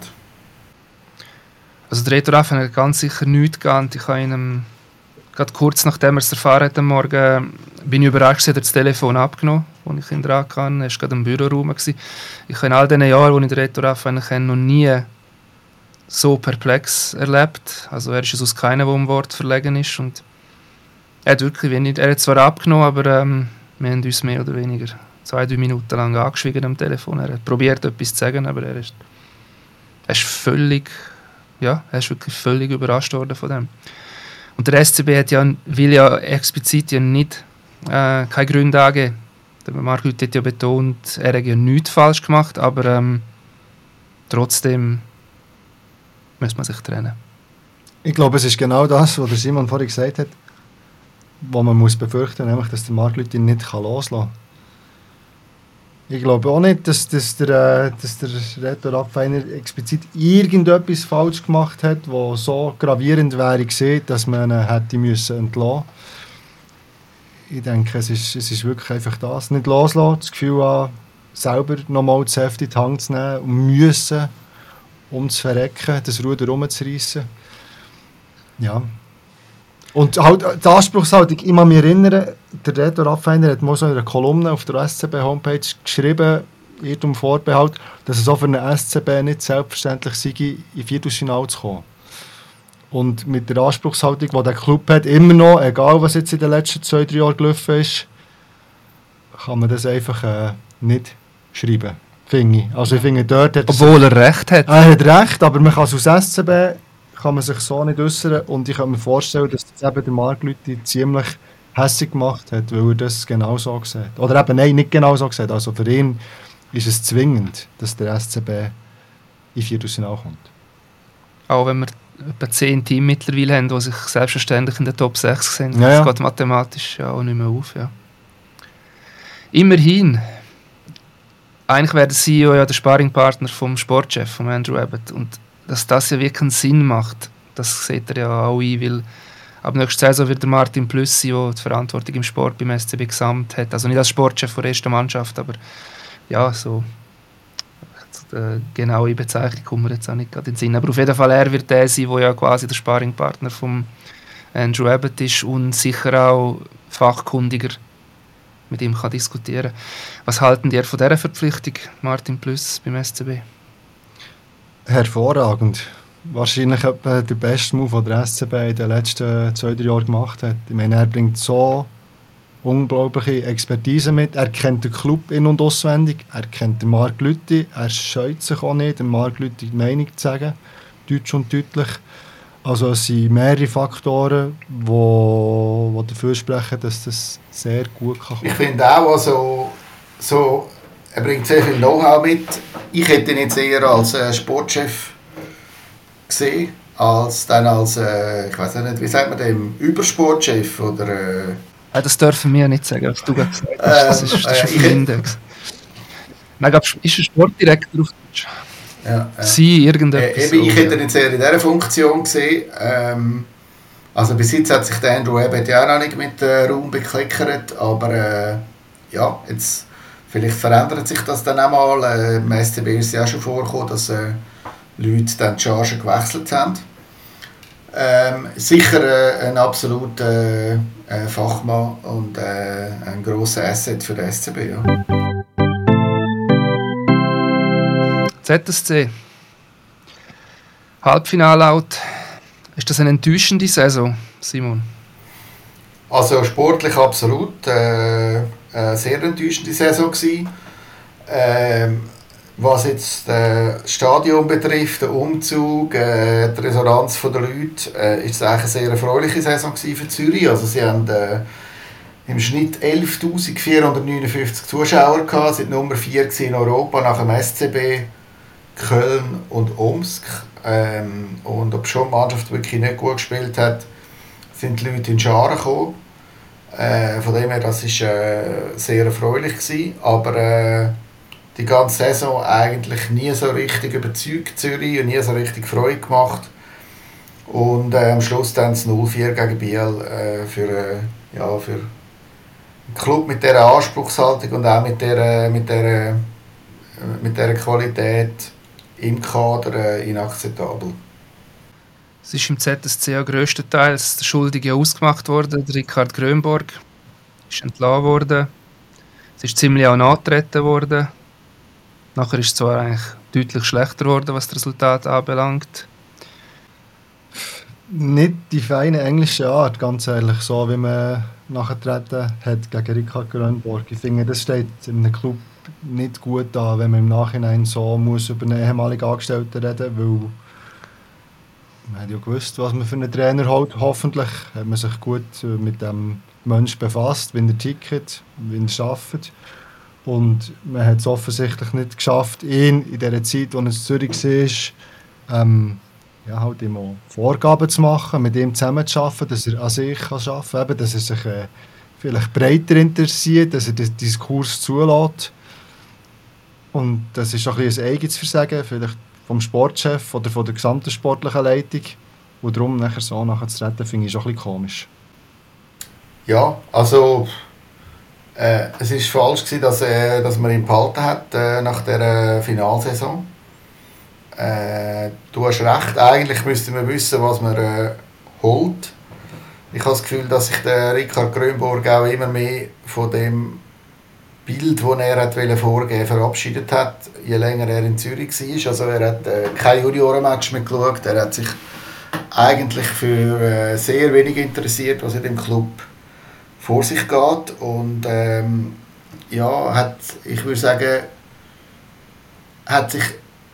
Also der Reto Raffainer hat ganz sicher nichts geahnt. Ich habe ihn, gerade kurz nachdem er es erfahren hat am Morgen, bin ich überrascht, dass er das Telefon abgenommen, als ich ihn dran kann. Er war gerade im Büroraum. Ich habe in all diesen Jahren, wo ich den Reto Raffainer kenne, noch nie so perplex erlebt. Also er ist es aus keinem, wo ein Wort verlegen ist. Und er hat wirklich wenig, er hat zwar abgenommen, aber ähm, wir haben uns mehr oder weniger zwei, drei Minuten lang angeschwiegen am Telefon. Er hat probiert, etwas zu sagen, aber er ist, er ist völlig, ja, er ist wirklich völlig überrascht worden von dem. Und der S C B hat ja, will ja explizit ja nicht äh, keine Gründe angeben. Der Marc Lüthi hat ja betont, er hat ja nichts falsch gemacht, aber ähm, trotzdem muss man sich trennen. Ich glaube, es ist genau das, was der Simon vorhin gesagt hat, was man muss befürchten, nämlich, dass der Marc Lüthi nicht loslassen kann. Ich glaube auch nicht, dass, dass der, dass der Reto Raffainer explizit irgendetwas falsch gemacht hat, was so gravierend wäre gesehen, dass man ihn hätte müssen entlassen. Ich denke, es ist, es ist wirklich einfach das, nicht loslassen, das Gefühl haben, selber nochmal das Heft in die Hand zu nehmen und müssen, um zu verrecken, das Ruder rumzureissen. Ja. Und halt die Anspruchshaltung, ich kann mich erinnern, der Reto Raffainer hat mal so in einer Kolumne auf der S C B-Homepage geschrieben, Irrtum Vorbehalt, dass es auch für einen S C B nicht selbstverständlich sei, in Viertelfinale zu kommen. Und mit der Anspruchshaltung, die der Club hat, immer noch, egal was jetzt in den letzten zwei, drei Jahren gelaufen ist, kann man das einfach äh, nicht schreiben. Finde ich. Also ich finde, dort hat Obwohl er recht hat. Er hat recht, aber man kann es aus S C B kann man sich so nicht äußern und ich kann mir vorstellen, dass das eben der Marc Lüthi ziemlich hässig gemacht hat, weil er das genau so sieht. Oder eben, nein, nicht genau so sieht. Also für ihn ist es zwingend, dass der S C B in Viertelfinale kommt. Auch wenn wir etwa zehn Teams mittlerweile haben, die sich selbstverständlich in der Top sechs sehen. Ja, ja. Das geht mathematisch ja auch nicht mehr auf. Ja. Immerhin. Eigentlich wäre der C E O ja der Sparringpartner vom Sportchef, von Andrew Abbott. Und dass das ja wirklich einen Sinn macht, das sieht er ja auch ein, weil ab nächster Saison wird der Martin Plüssi, der die Verantwortung im Sport beim S C B gesamt hat, also nicht als Sportchef der ersten Mannschaft, aber ja, so die genaue Bezeichnung kommt mir jetzt auch nicht gerade in den Sinn. Aber auf jeden Fall, er wird der sein, der ja quasi der Sparringpartner von Andrew Abbott ist und sicher auch fachkundiger mit ihm kann diskutieren. Was halten ihr von dieser Verpflichtung, Martin Plüss beim S C B? Hervorragend. Wahrscheinlich etwa der beste Move, den der S C B in den letzten zwei, drei Jahren gemacht hat. Ich meine, er bringt so unglaubliche Expertise mit. Er kennt den Club in- und auswendig. Er kennt den Marc Lüthi. Er scheut sich auch nicht, dem Marc Lüthi die Meinung zu sagen. Deutsch und deutlich. Also es sind mehrere Faktoren, die, die dafür sprechen, dass das sehr gut kann kommen. Ich finde auch, also, so, er bringt sehr viel Know-how mit. Ich hätte ihn jetzt eher als äh, Sportchef gesehen, als dann als, äh, ich weiß nicht, wie sagt man dem, Übersportchef oder... Äh, ja, das dürfen wir ja nicht sagen, was du gerade gesagt hast. Das ist, das ist äh, auf dem Index. Nein, glaub, ist ein Sportdirektor auf Deutsch? Ja, ja. Sie, irgendetwas. Äh, eben, ich hätte ihn jetzt eher in dieser Funktion gesehen. Ähm, also bis jetzt hat sich der Andrew Abbott ja auch noch nicht mit äh, Raum bekleckert, aber äh, ja, jetzt vielleicht verändert sich das dann auch mal. Äh, Im S C B ist es ja auch schon vorgekommen, dass äh, Leute dann die Charge gewechselt haben. Ähm, sicher äh, ein absoluter äh, Fachmann und äh, ein grosser Asset für den S C B. Ja. Z S C. Halbfinale-out. Ist das eine enttäuschende Saison, Simon? Also sportlich absolut. Äh, eine sehr enttäuschende Saison gewesen. Ähm, was jetzt äh, das Stadion betrifft, den Umzug, äh, die Resonanz der Leute, äh, ist es eigentlich eine sehr erfreuliche Saison gewesen für Zürich. Also sie haben äh, im Schnitt elftausendvierhundertneunundfünfzig Zuschauer gehabt, sind Nummer vier in Europa nach dem S C B, Köln und Omsk. Ähm, und ob schon die Mannschaft wirklich nicht gut gespielt hat, sind die Leute in Scharen gekommen. Äh, von dem her, das war äh, sehr erfreulich gewesen. Aber äh, die ganze Saison eigentlich nie so richtig überzeugt Zürich und nie so richtig Freude gemacht. Und äh, am Schluss dann das null vier gegen Biel äh, für, äh, ja, für einen Club mit dieser Anspruchshaltung und auch mit dieser, mit dieser, mit dieser Qualität im Kader äh, inakzeptabel. Es ist im Z S C ja grösstenteils der Schuldige ausgemacht worden. Der Richard Grönborg ist entlassen worden. Es ist ziemlich auch nachgetreten worden. Nachher ist es zwar eigentlich deutlich schlechter geworden, was das Resultat anbelangt. Nicht die feine englische Art, ganz ehrlich, so wie man nachgetreten hat gegen Richard Grönborg. Ich finde, das steht in einem Club nicht gut an, wenn man im Nachhinein so muss über einen ehemaligen Angestellten reden muss, weil man hat ja gewusst, was man für einen Trainer holt. Hoffentlich hat man sich gut mit dem Menschen befasst, wie er tickt, wie er arbeitet. Und man hat es offensichtlich nicht geschafft, ihn in dieser Zeit, als er in Zürich war, ähm, ja, halt ihm auch Vorgaben zu machen, mit ihm zusammenzuarbeiten, dass er an sich kann arbeiten kann, eben, dass er sich äh, vielleicht breiter interessiert, dass er den Diskurs zulässt. Und das ist auch ein, ein eigenes Versagen, vielleicht vom Sportchef oder von der gesamten sportlichen Leitung. Und darum nachher so nachher zu retten, finde ich auch ein bisschen komisch. Ja, also äh, es war falsch gewesen, dass, äh, dass man ihn behalten hat äh, nach der Finalsaison. Äh, du hast recht, eigentlich müsste man wissen, was man äh, holt. Ich habe das Gefühl, dass sich der Richard Grönborg auch immer mehr von dem Bild, das er hat vorgeben verabschiedet hat, je länger er in Zürich war. Also er hat äh, kein Juniorenmatch mehr geschaut, er hat sich eigentlich für äh, sehr wenig interessiert, was in dem Club vor sich geht. Und ähm, ja, hat, ich würde sagen, hat sich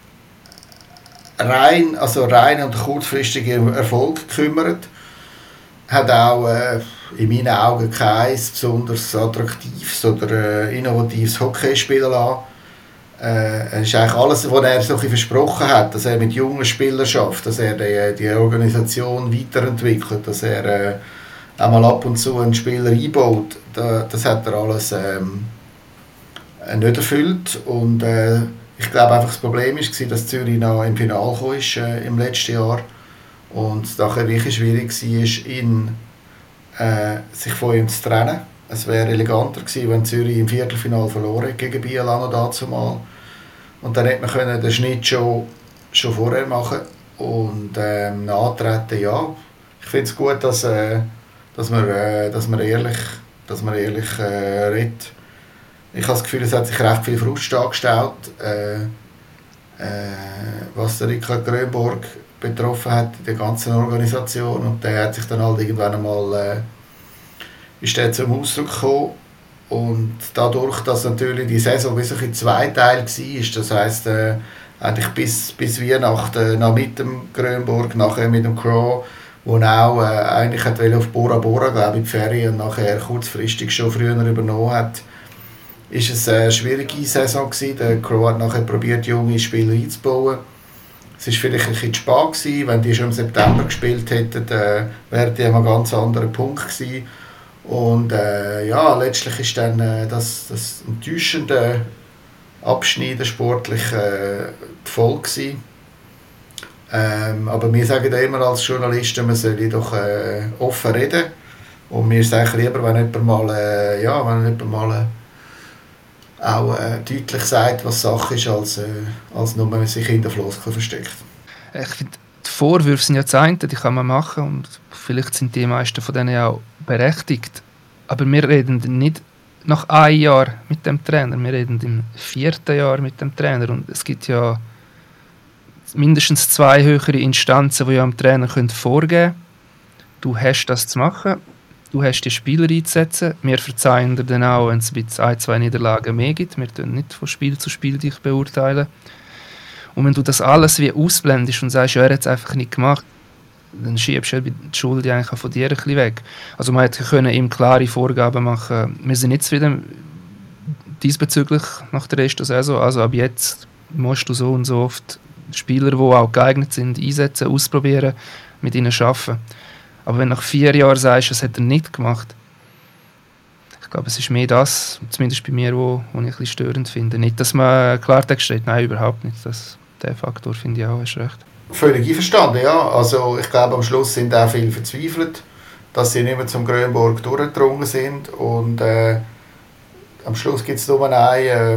rein, also rein und kurzfristig um Erfolg gekümmert. Hat auch äh, in meinen Augen kein besonders attraktives oder äh, innovatives Hockey spielen lassen. Äh, es ist eigentlich alles, was er so versprochen hat, dass er mit jungen Spielern schafft, dass er die, die Organisation weiterentwickelt, dass er äh, einmal ab und zu einen Spieler einbaut. Da, das hat er alles ähm, nicht erfüllt. Und äh, ich glaube einfach, das Problem war, dass Zürich noch im Finale kam ist, äh, im letzten Jahr. Und es nachher wirklich schwierig war, ihn, äh, sich von ihm zu trennen. Es wäre eleganter gewesen, wenn Zürich im Viertelfinale verloren hätte gegen Biel noch dazu mal. Und dann hätte man können den Schnitt schon, schon vorher machen und ähm, nachtreten. Ja, ich finde es gut, dass, äh, dass, man, äh, dass man ehrlich, dass man ehrlich äh, redet. Ich habe das Gefühl, es hat sich recht viel Frust angestellt, äh, äh, was der Richard Grönborg betroffen hat in der ganzen Organisation, und der hat sich dann halt irgendwann einmal äh, ist der zum Ausdruck gekommen. Und dadurch, dass natürlich die Saison wie so ein Zweiteil war, das heisst äh, eigentlich bis, bis Weihnachten noch mit dem Grönborg, nachher mit dem Crow, wo auch äh, eigentlich hat auf Bora Bora, glaube ich, die Ferien, und nachher kurzfristig schon früher übernommen hat, ist es eine schwierige Saison gewesen. Der Crow hat nachher probiert, junge Spieler einzubauen. Es war vielleicht ein bisschen zu spät gewesen. Wenn die schon im September gespielt hätten, äh, wäre die ein ganz anderer Punkt gewesen. Und äh, ja, letztlich ist dann äh, das, das enttäuschende Abschneiden sportlich äh, die Folge gewesen. Ähm, aber wir sagen ja immer als Journalisten, man soll doch äh, offen reden. Und mir ist es lieber, wenn jemand mal, äh, ja, wenn jemand mal äh, auch äh, deutlich sagt, was Sache ist, als, äh, als nur man sich in der Floskel versteckt. Ich finde, die Vorwürfe sind ja das eine, die kann man machen, und vielleicht sind die meisten von denen auch berechtigt. Aber wir reden nicht nach einem Jahr mit dem Trainer, wir reden im vierten Jahr mit dem Trainer. Und es gibt ja mindestens zwei höhere Instanzen, die ja dem Trainer vorgeben können. Du hast das zu machen, du hast die Spieler einzusetzen. Wir verzeihen dir dann auch, wenn es ein, zwei Niederlagen mehr gibt. Wir tun nicht von Spiel zu Spiel dich beurteilen. Und wenn du das alles wie ausblendest und sagst, ja, er hat es einfach nicht gemacht, dann schiebst du die Schuld eigentlich auch von dir ein bisschen weg. Also man hätte können ihm klare Vorgaben machen, wir sind nicht zufrieden diesbezüglich nach der ersten Saison, also ab jetzt musst du so und so oft Spieler, die auch geeignet sind, einsetzen, ausprobieren, mit ihnen arbeiten. Aber wenn du nach vier Jahren sagst, das hat er nicht gemacht, ich glaube, es ist mehr das, zumindest bei mir, wo, wo ich ein bisschen störend finde. Nicht, dass man Klartext steht, nein, überhaupt nicht. Das, der Faktor finde ich auch, hast recht. Völlig einverstanden, ja. Also ich glaube, am Schluss sind auch viele verzweifelt, dass sie nicht mehr zum Grönborg durchgedrungen sind. Und äh, am Schluss gibt es nur einen, äh,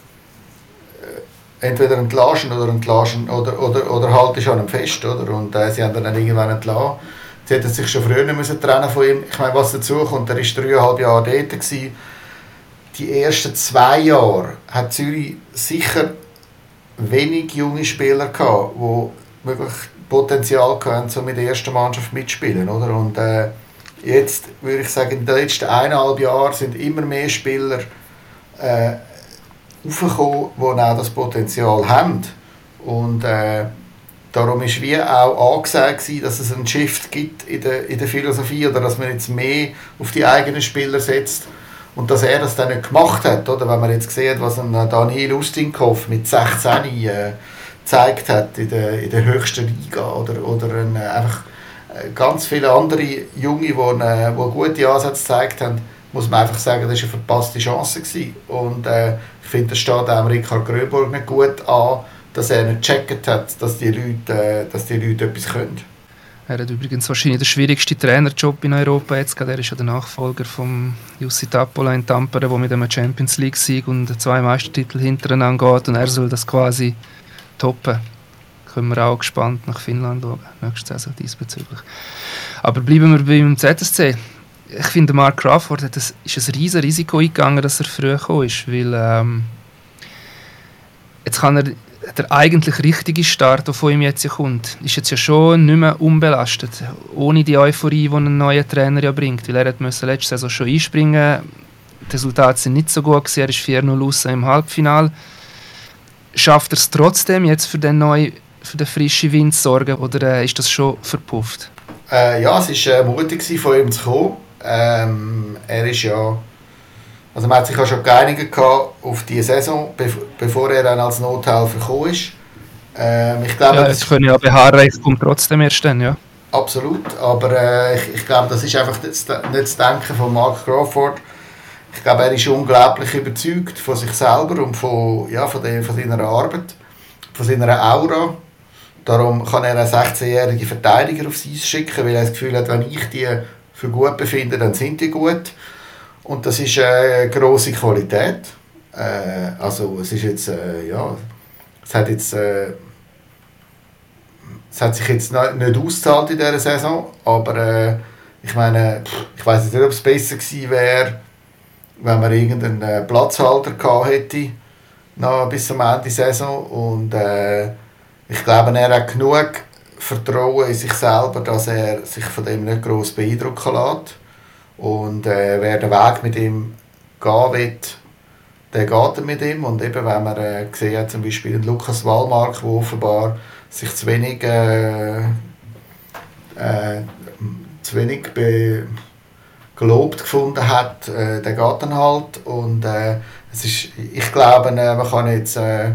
entweder entlassen oder entlassen oder, oder, oder haltest an einem fest. Oder? Und äh, sie haben dann irgendwann entlassen. Sie hätten sich schon früher müssen trennen von ihm. Ich meine, was dazu kommt, er war dreieinhalb Jahre dort gewesen. Die ersten zwei Jahre hat Zürich sicher wenig junge Spieler gehabt, die wirklich Potenzial hatten, um mit der ersten Mannschaft mitzuspielen. Oder? Und äh, jetzt würde ich sagen, in den letzten eineinhalb Jahren sind immer mehr Spieler äh, aufgekommen, die auch das Potenzial haben. Und äh, darum war wie auch angesagt, dass es einen Shift gibt in der, in der Philosophie oder dass man jetzt mehr auf die eigenen Spieler setzt. Und dass er das dann nicht gemacht hat. Oder? Wenn man jetzt sieht, was ein Daniel Ustinkoff mit sechzehn äh, gezeigt hat in der, in der höchsten Liga. Oder, oder ein, äh, einfach ganz viele andere Junge, die eine, die gute Ansätze gezeigt haben, muss man einfach sagen, das war eine verpasste Chance gewesen. Und äh, ich finde, das steht auch Richard Grönborg nicht gut an, dass er nicht gecheckt hat, dass die Leute, äh, dass die Leute etwas können. Er hat übrigens wahrscheinlich den schwierigsten Trainerjob in Europa jetzt. Er ist ja der Nachfolger von Jussi Tappola in Tampere, der mit einem Champions League-Sieg und zwei Meistertitel hintereinander geht. Und er soll das quasi toppen. Können wir auch gespannt nach Finnland schauen, nächste Saison diesbezüglich. Aber bleiben wir beim Z S C. Ich finde, Mark Crawford hat das, ist ein riesiges Risiko eingegangen, dass er früh gekommen ist, weil ähm, jetzt kann er, der eigentlich richtige Start, der von ihm jetzt kommt, ist jetzt ja schon nicht mehr unbelastet, ohne die Euphorie, die ein neuer Trainer ja bringt, weil er musste letzte Saison schon einspringen, die Resultate sind nicht so gut gewesen, er ist vier null raus im Halbfinale. Schafft er es trotzdem, jetzt für den neuen, für den frischen Wind zu sorgen, oder äh, ist das schon verpufft? Äh, ja, es war äh, mutig von ihm zu kommen. Ähm, er ist ja, also man hat sich ja schon geeinigt auf die Saison, bev- bevor er dann als Nothelfer gekommen ist. Ähm, ich glaube, ja, jetzt können ja beharren, es kommt trotzdem erst dann, ja. Absolut, aber äh, ich, ich glaube, das ist einfach nicht das Denken von Mark Crawford. Ich glaube, er ist unglaublich überzeugt von sich selber und von, ja, von, der, von seiner Arbeit, von seiner Aura. Darum kann er einen sechzehnjährigen Verteidiger aufs Eis schicken, weil er das Gefühl hat, wenn ich die für gut befinde, dann sind die gut. Und das ist eine grosse Qualität. Äh, also es ist jetzt, äh, ja, es hat jetzt, äh, es hat sich jetzt nicht ausgezahlt in dieser Saison, aber äh, ich meine, ich weiß nicht, ob es besser gewesen wäre, wenn man irgendeinen Platzhalter gehabt hätte, noch bis zum Ende der Saison. Und äh, ich glaube, er hat genug Vertrauen in sich selber, dass er sich von dem nicht gross beeindrucken lässt. Und äh, wer den Weg mit ihm gehen will, der geht er mit ihm. Und eben, wenn man äh, gesehen hat, zum Beispiel den Lukas Wallmark, der offenbar sich zu wenig, äh, äh, zu wenig be- gelobt gefunden hat, äh, der geht dann halt. Und äh, es ist, ich glaube, äh, man kann jetzt äh,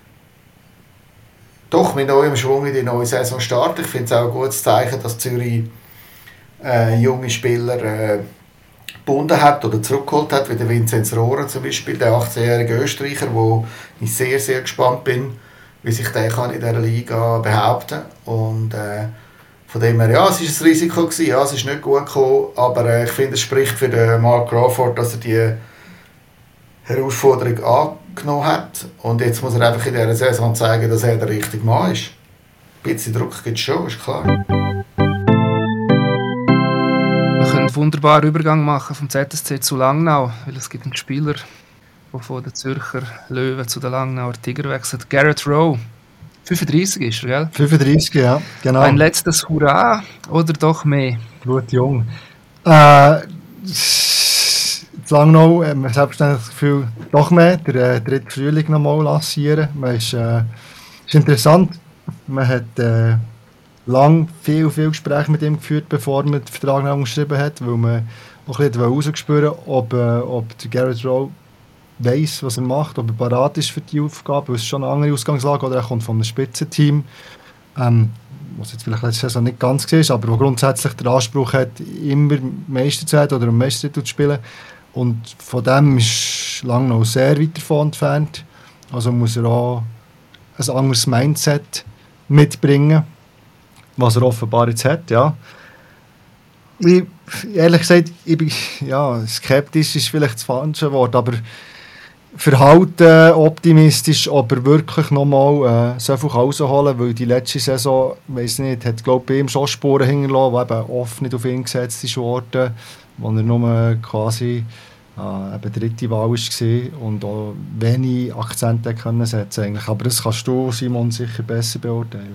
doch mit neuem Schwung in die neue Saison starten. Ich finde es auch ein gutes Zeichen, dass Zürich äh, junge Spieler äh, gebunden hat oder zurückgeholt hat, wie der Vinzenz Rohrer zum Beispiel, der achtzehnjährige Österreicher, wo ich sehr, sehr gespannt bin, wie sich der kann in dieser Liga behaupten kann. Und äh, von dem her, ja, es war ein Risiko gewesen, ja, es ist nicht gut gekommen, aber äh, ich finde, es spricht für den Mark Crawford, dass er die Herausforderung angenommen hat. Und jetzt muss er einfach in dieser Saison zeigen, dass er der richtige Mann ist. Ein bisschen Druck gibt es schon, ist klar. Wir können einen wunderbaren Übergang machen vom Z S C zu Langnau, weil es gibt einen Spieler, der von den Zürcher Löwen zu den Langnauer Tiger wechselt. Garrett Rowe fünfunddreissig ist er, gell? fünfunddreissig, ja, genau. Ein letztes Hurra oder doch mehr? Gut, jung. Äh, Langnau hat man selbstverständlich das Gefühl, doch mehr, der äh, dritte Frühling nochmal lancieren. Man ist, äh, ist interessant, man hat äh, lang viel, viel Gespräche mit ihm geführt, bevor man den Vertrag noch unterschrieben hat, weil man auch ein bisschen herausspüren wollte, ob, äh, ob der Garrett Rowe weiss, was er macht, ob er bereit ist für die Aufgabe, weil es schon eine andere Ausgangslage oder er kommt von einem Spitzenteam, ähm, was jetzt vielleicht letzte Saison nicht ganz war, aber wo grundsätzlich der Anspruch hat, immer Meister zu werden oder am Meister zu spielen. Und von dem ist Langnau sehr weit davon entfernt. Also muss er auch ein anderes Mindset mitbringen, was er offenbar jetzt hat, ja. Ich, ehrlich gesagt, ich bin, ja, skeptisch ist vielleicht das falsche Wort, aber verhalten optimistisch, ob er wirklich nochmal äh, so viel rausholen kann, weil die letzte Saison, weiss nicht, hat glaube ich bei ihm schon Spuren hinterlassen, die eben oft nicht auf ihn gesetzt wurden, wo er nur quasi äh, eben dritte Wahl war und auch wenig Akzente können setzen eigentlich. Aber das kannst du, Simon, sicher besser beurteilen.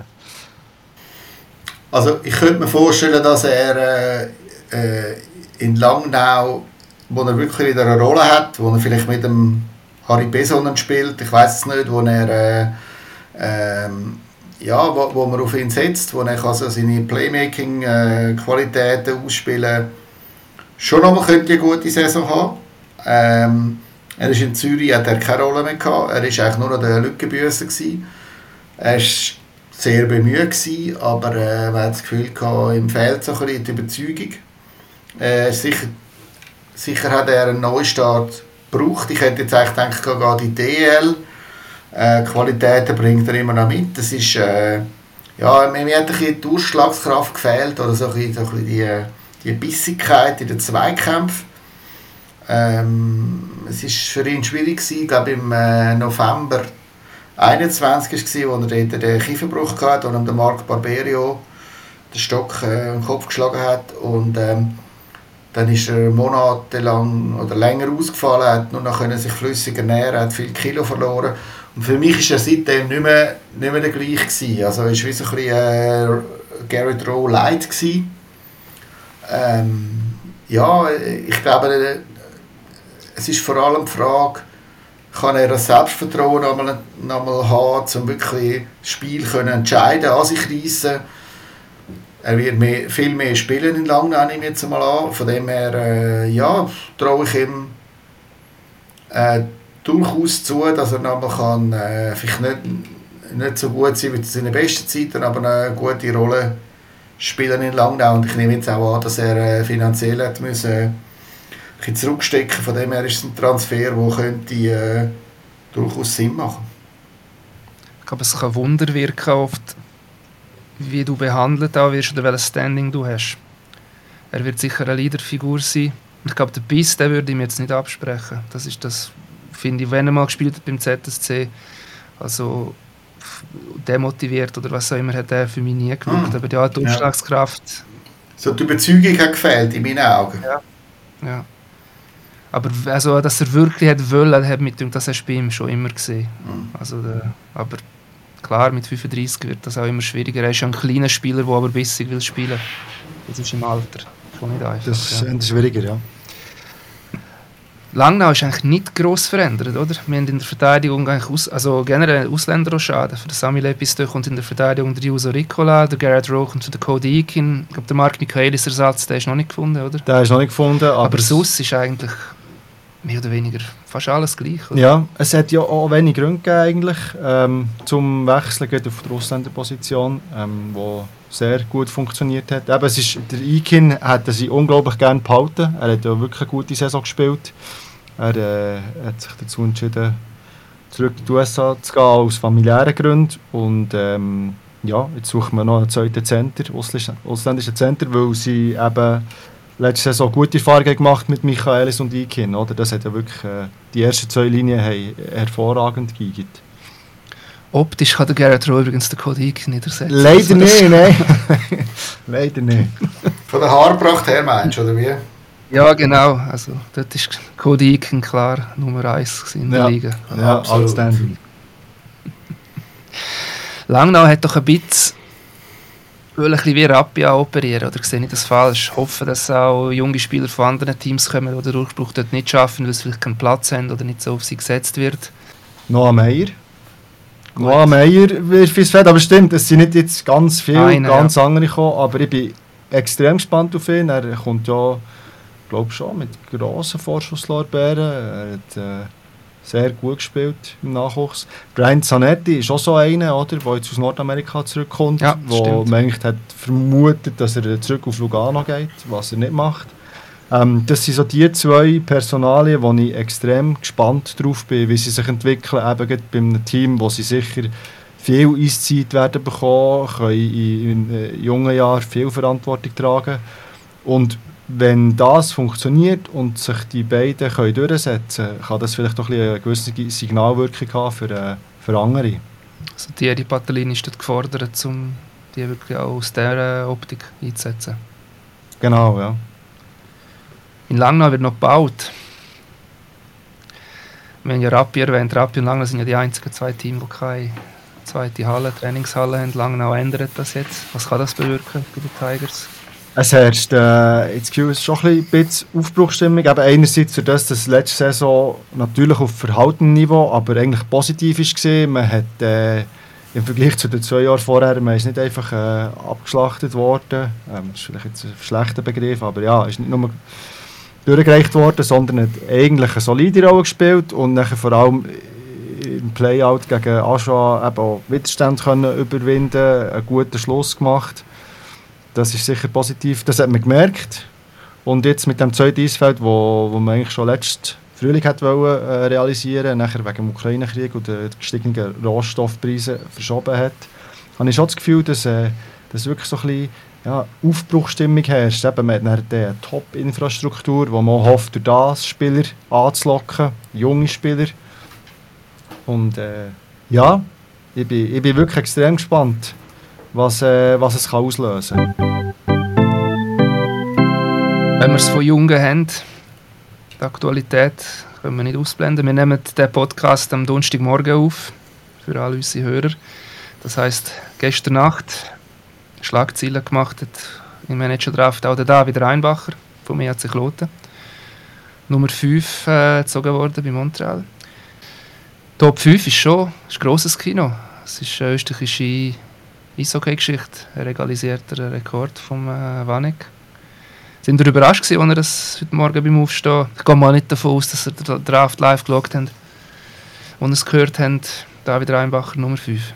Also ich könnte mir vorstellen, dass er äh, äh, in Langnau, wo er wirklich wieder eine Rolle hat, wo er vielleicht mit dem Harry Besonnen spielt, ich weiß es nicht, wo er äh, ähm, ja, wo, wo man auf ihn setzt, wo er also seine Playmaking-Qualitäten äh, ausspielen, schon nochmal könnte eine gute Saison haben. Ähm, er ist in Zürich, hat er keine Rolle mehr gehabt, er war eigentlich nur noch der Lückenbüsser gewesen. Er war sehr bemüht gewesen, aber äh, man hat das Gefühl gehabt, ihm fehlt so ein bisschen die Überzeugung. Äh, sicher, sicher hat er einen Neustart gebraucht. Ich hätte jetzt eigentlich gedacht, gerade die D L äh, Qualitäten bringt er immer noch mit. Das ist, äh, ja, mir, mir hat ein bisschen die Durchschlagskraft gefehlt oder so ein bisschen, so ein bisschen die, die Bissigkeit in den Zweikämpfen. Ähm, es war für ihn schwierig gewesen. Ich glaube im äh, November einundzwanzig war es, als er dort den Kieferbruch hatte und ihm der Marc Barberio den Stock äh, im Kopf geschlagen hat. Und, ähm, dann ist er monatelang oder länger ausgefallen, hat nur noch sich flüssig ernähren, hat viel Kilo verloren. Und für mich war er seitdem nicht mehr, nicht mehr der gleiche gewesen. Also er war wie so ein bisschen äh, Garrett Rowe Light gewesen. Ähm, ja, ich glaube, es ist vor allem die Frage, kann er das Selbstvertrauen noch mal, noch mal haben, um wirklich das Spiel können entscheiden, an sich reissen. Er wird mehr, viel mehr spielen in Langnau, nehme ich jetzt mal an. Von dem her, äh, ja, traue ich ihm äh, durchaus zu, dass er nochmal kann, äh, vielleicht nicht, nicht so gut sein wie in seinen besten Zeiten, aber eine gute Rolle spielen in Langnau. Und ich nehme jetzt auch an, dass er äh, finanziell hat müssen, äh, ein bisschen zurückstecken. Von dem her ist es ein Transfer, der könnte äh, durchaus Sinn machen. Ich glaube, es kann Wunder wirken oft, wie du behandelt wirst oder welches Standing du hast. Er wird sicher eine Leaderfigur sein. Ich glaube, der Biss, den würde ich mir jetzt nicht absprechen. Das ist das, finde ich, wenn er mal gespielt hat beim Z S C, also demotiviert oder was auch immer, hat er für mich nie gewirkt. Hm. Aber die alte Durchschlagskraft... So die Überzeugung hat gefehlt, in meinen Augen. Ja, ja. Aber also, dass er wirklich hat wollen, hat mit dem, das hast du bei ihm schon immer gesehen. Hm. Also, der, aber klar, mit fünfunddreissig wird das auch immer schwieriger. Er ist ja ein kleiner Spieler, der aber bissig will spielen. Das ist im Alter schon nicht einfach. Das ist ja. schwieriger, ja. Langnau ist eigentlich nicht gross verändert, oder? Wir haben in der Verteidigung eigentlich aus, also generell Ausländer auch Schaden. Für den Samuel Episto kommt in der Verteidigung der Juuso Ricola, der Garrett Rowe kommt für den Cody Eakin. Ich glaube, der Marc Michaelis Ersatz, der ist noch nicht gefunden, oder? Der ist noch nicht gefunden, aber... Aber sonst ist eigentlich mehr oder weniger fast alles gleich, oder? Ja, es hat ja auch wenig Gründe gegeben eigentlich, ähm, zum Wechseln geht auf die Ausländerposition, ähm, wo sehr gut funktioniert hat. Eben, es ist, der Eakin hätte sie unglaublich gerne behalten. Er hat ja wirklich eine gute Saison gespielt. Er äh, hat sich dazu entschieden, zurück in die U S A zu gehen, aus familiären Gründen. Und ähm, ja, jetzt suchen wir noch einen zweiten Center, ausländischen Center, weil sie eben letzte Saison gute Erfahrungen gemacht mit Michaelis und Eakin. Oder? Das hat ja wirklich, äh, die ersten zwei Linien haben hervorragend geeignet. Optisch kann der Garrett Rowe übrigens den Cody Eakin nicht ersetzen. Leider nicht, nein. Leider nicht. Von der Haarpracht her meinst du, oder wie? Ja, genau. Also, dort ist Cody Eakin klar Nummer eins in der ja. Liga. Ja, outstanding. Langnau hat doch ein bisschen, will ein bisschen wie Rappia operieren, oder sehe ich das falsch? Hoffen, dass auch junge Spieler von anderen Teams kommen, die den Durchbruch dort nicht schaffen, weil sie vielleicht keinen Platz haben oder nicht so auf sie gesetzt wird. Noah Meyer. Gut. Noah Meyer wirft ins Feld, aber stimmt, es sind nicht jetzt ganz viele, Eine, ganz ja. andere gekommen, aber ich bin extrem gespannt auf ihn. Er kommt ja, glaube schon, mit grossen Vorschusslorbeeren. Er hat äh, sehr gut gespielt im Nachwuchs. Brian Zanetti ist auch so einer, oder, der jetzt aus Nordamerika zurückkommt, ja, wo man eigentlich hat vermutet, dass er zurück auf Lugano geht, was er nicht macht. Ähm, das sind so die zwei Personalien, wo ich extrem gespannt drauf bin, wie sie sich entwickeln, eben bei einem Team, wo sie sicher viel Eiszeit werden bekommen, können in, in jungen Jahren viel Verantwortung tragen. Und wenn das funktioniert und sich die beiden können durchsetzen können, kann das vielleicht auch eine gewisse Signalwirkung haben für, äh, für andere. Also Thierry Patellini ist dort gefordert, um die wirklich auch aus dieser Optik einzusetzen. Genau, ja. In Langnau wird noch gebaut. Wir haben ja Rappi erwähnt. Rappi und Langnau sind ja die einzigen zwei Teams, die keine zweite Halle, Trainingshalle haben. Langnau ändert das jetzt. Was kann das bewirken bei den Tigers? Es herrscht äh, jetzt schon ein bisschen Aufbruchsstimmung. Eben einerseits durch das, dass letzte Saison natürlich auf verhaltenem Niveau, aber eigentlich positiv war. Man hat äh, im Vergleich zu den zwei Jahren vorher, man ist nicht einfach äh, abgeschlachtet worden. Ähm, das ist vielleicht jetzt ein schlechter Begriff, aber ja, ist nicht nur durchgereicht worden, sondern hat eigentlich eine solide Rolle gespielt und nachher vor allem im Playout gegen Aschua eben auch Widerstand können überwinden, einen guten Schluss gemacht. Das ist sicher positiv, das hat man gemerkt. Und jetzt mit dem zweiten Eisfeld, wo, wo man eigentlich schon letzten Frühling hat wollen, äh, realisieren, nachher wegen dem Ukraine-Krieg und den gestiegenen Rohstoffpreisen verschoben hat, habe ich schon das Gefühl, dass, äh, dass wirklich so ein bisschen ja, Aufbruchsstimmung herrscht. Eben, man hat eine Top-Infrastruktur, wo man hofft, durch das Spieler anzulocken, junge Spieler. Und äh, ja, ich bin, ich bin wirklich extrem gespannt, was, äh, was es kann auslösen kann. Wenn wir es von Jungen haben, die Aktualität können wir nicht ausblenden. Wir nehmen den Podcast am Donnerstagmorgen auf, für alle unsere Hörer. Das heisst, gestern Nacht Schlagzeilen gemacht hat im Manager-Draft auch der David Reinbacher vom E H C Kloten. Nummer fünf äh, gezogen worden bei Montreal. Top fünf ist schon ein grosses Kino. Es ist eine österreichische Eishockey-Geschichte, ein legalisierter Rekord von äh, Vanek. Sind ihr überrascht gewesen, als ihr das heute Morgen beim Aufstehen? Ich gehe mal nicht davon aus, dass ihr den Draft live geschaut habt. Und es gehört habt, David Reinbacher Nummer fünf.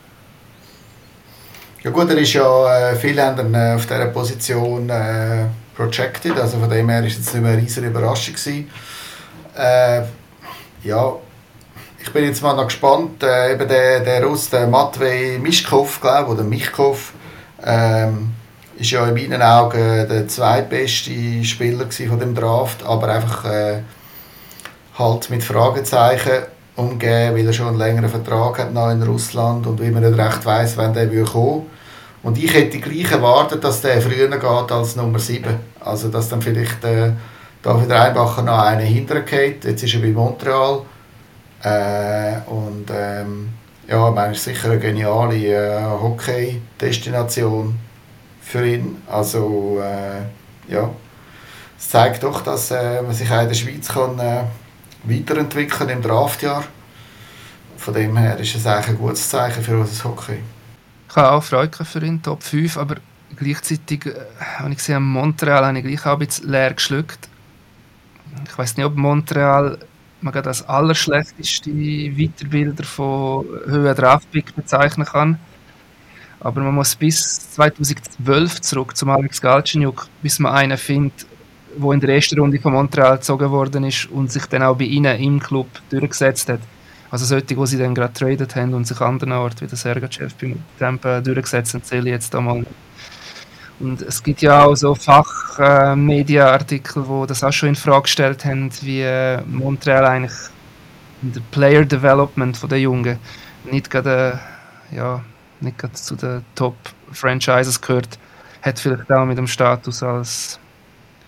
Ja gut, er ist ja, äh, viele haben ihn äh, auf dieser Position äh, projected, also von dem her war es jetzt nicht mehr eine riesige Überraschung gewesen. Äh, ja, ich bin jetzt mal noch gespannt, äh, eben der, der Russ, der Matvej Mischkov, glaube oder Michkov, ähm, ist ja in meinen Augen der zweitbeste Spieler von dem Draft, aber einfach äh, halt mit Fragezeichen umgehen, weil er schon einen längeren Vertrag hat noch in Russland und wie man nicht recht weiss, wann der kommen will. Und ich hätte gleich erwartet, dass der früher geht als Nummer sieben. Also dass dann vielleicht äh, David Reinbacher noch einen hintergeht. Jetzt ist er bei Montreal. Äh, und ähm, ja, ich meine, es ist sicher eine geniale äh, Hockey-Destination für ihn. Also äh, ja, es zeigt doch, dass äh, man sich auch in der Schweiz kann, äh, weiterentwickeln im Draftjahr. Von dem her ist es eigentlich ein gutes Zeichen für unser Hockey. Ich habe auch Freude für ihn, Top fünf, aber gleichzeitig äh, habe ich gesehen, Montreal habe ich gleich auch ein bisschen leer geschluckt. Ich weiss nicht, ob Montreal man gerade als allerschlechteste Weiterbilder von höheren Draftpick bezeichnen kann. Aber man muss bis zweitausendzwölf zurück zum Alex Galchenyuk, bis man einen findet, der in der ersten Runde von Montreal gezogen worden ist und sich dann auch bei ihnen im Club durchgesetzt hat. Also solche, die sie dann gerade getradet haben und sich andernorts wie der Sergachev beim Tampa durchgesetzt haben, zähle ich jetzt einmal. Und es gibt ja auch so Fachmedia-Artikel, äh, die das auch schon in Frage gestellt haben, wie äh, Montreal eigentlich in der Player Development der Jungen nicht gerade, äh, ja, nicht gerade zu den Top-Franchises gehört, hat vielleicht auch mit dem Status als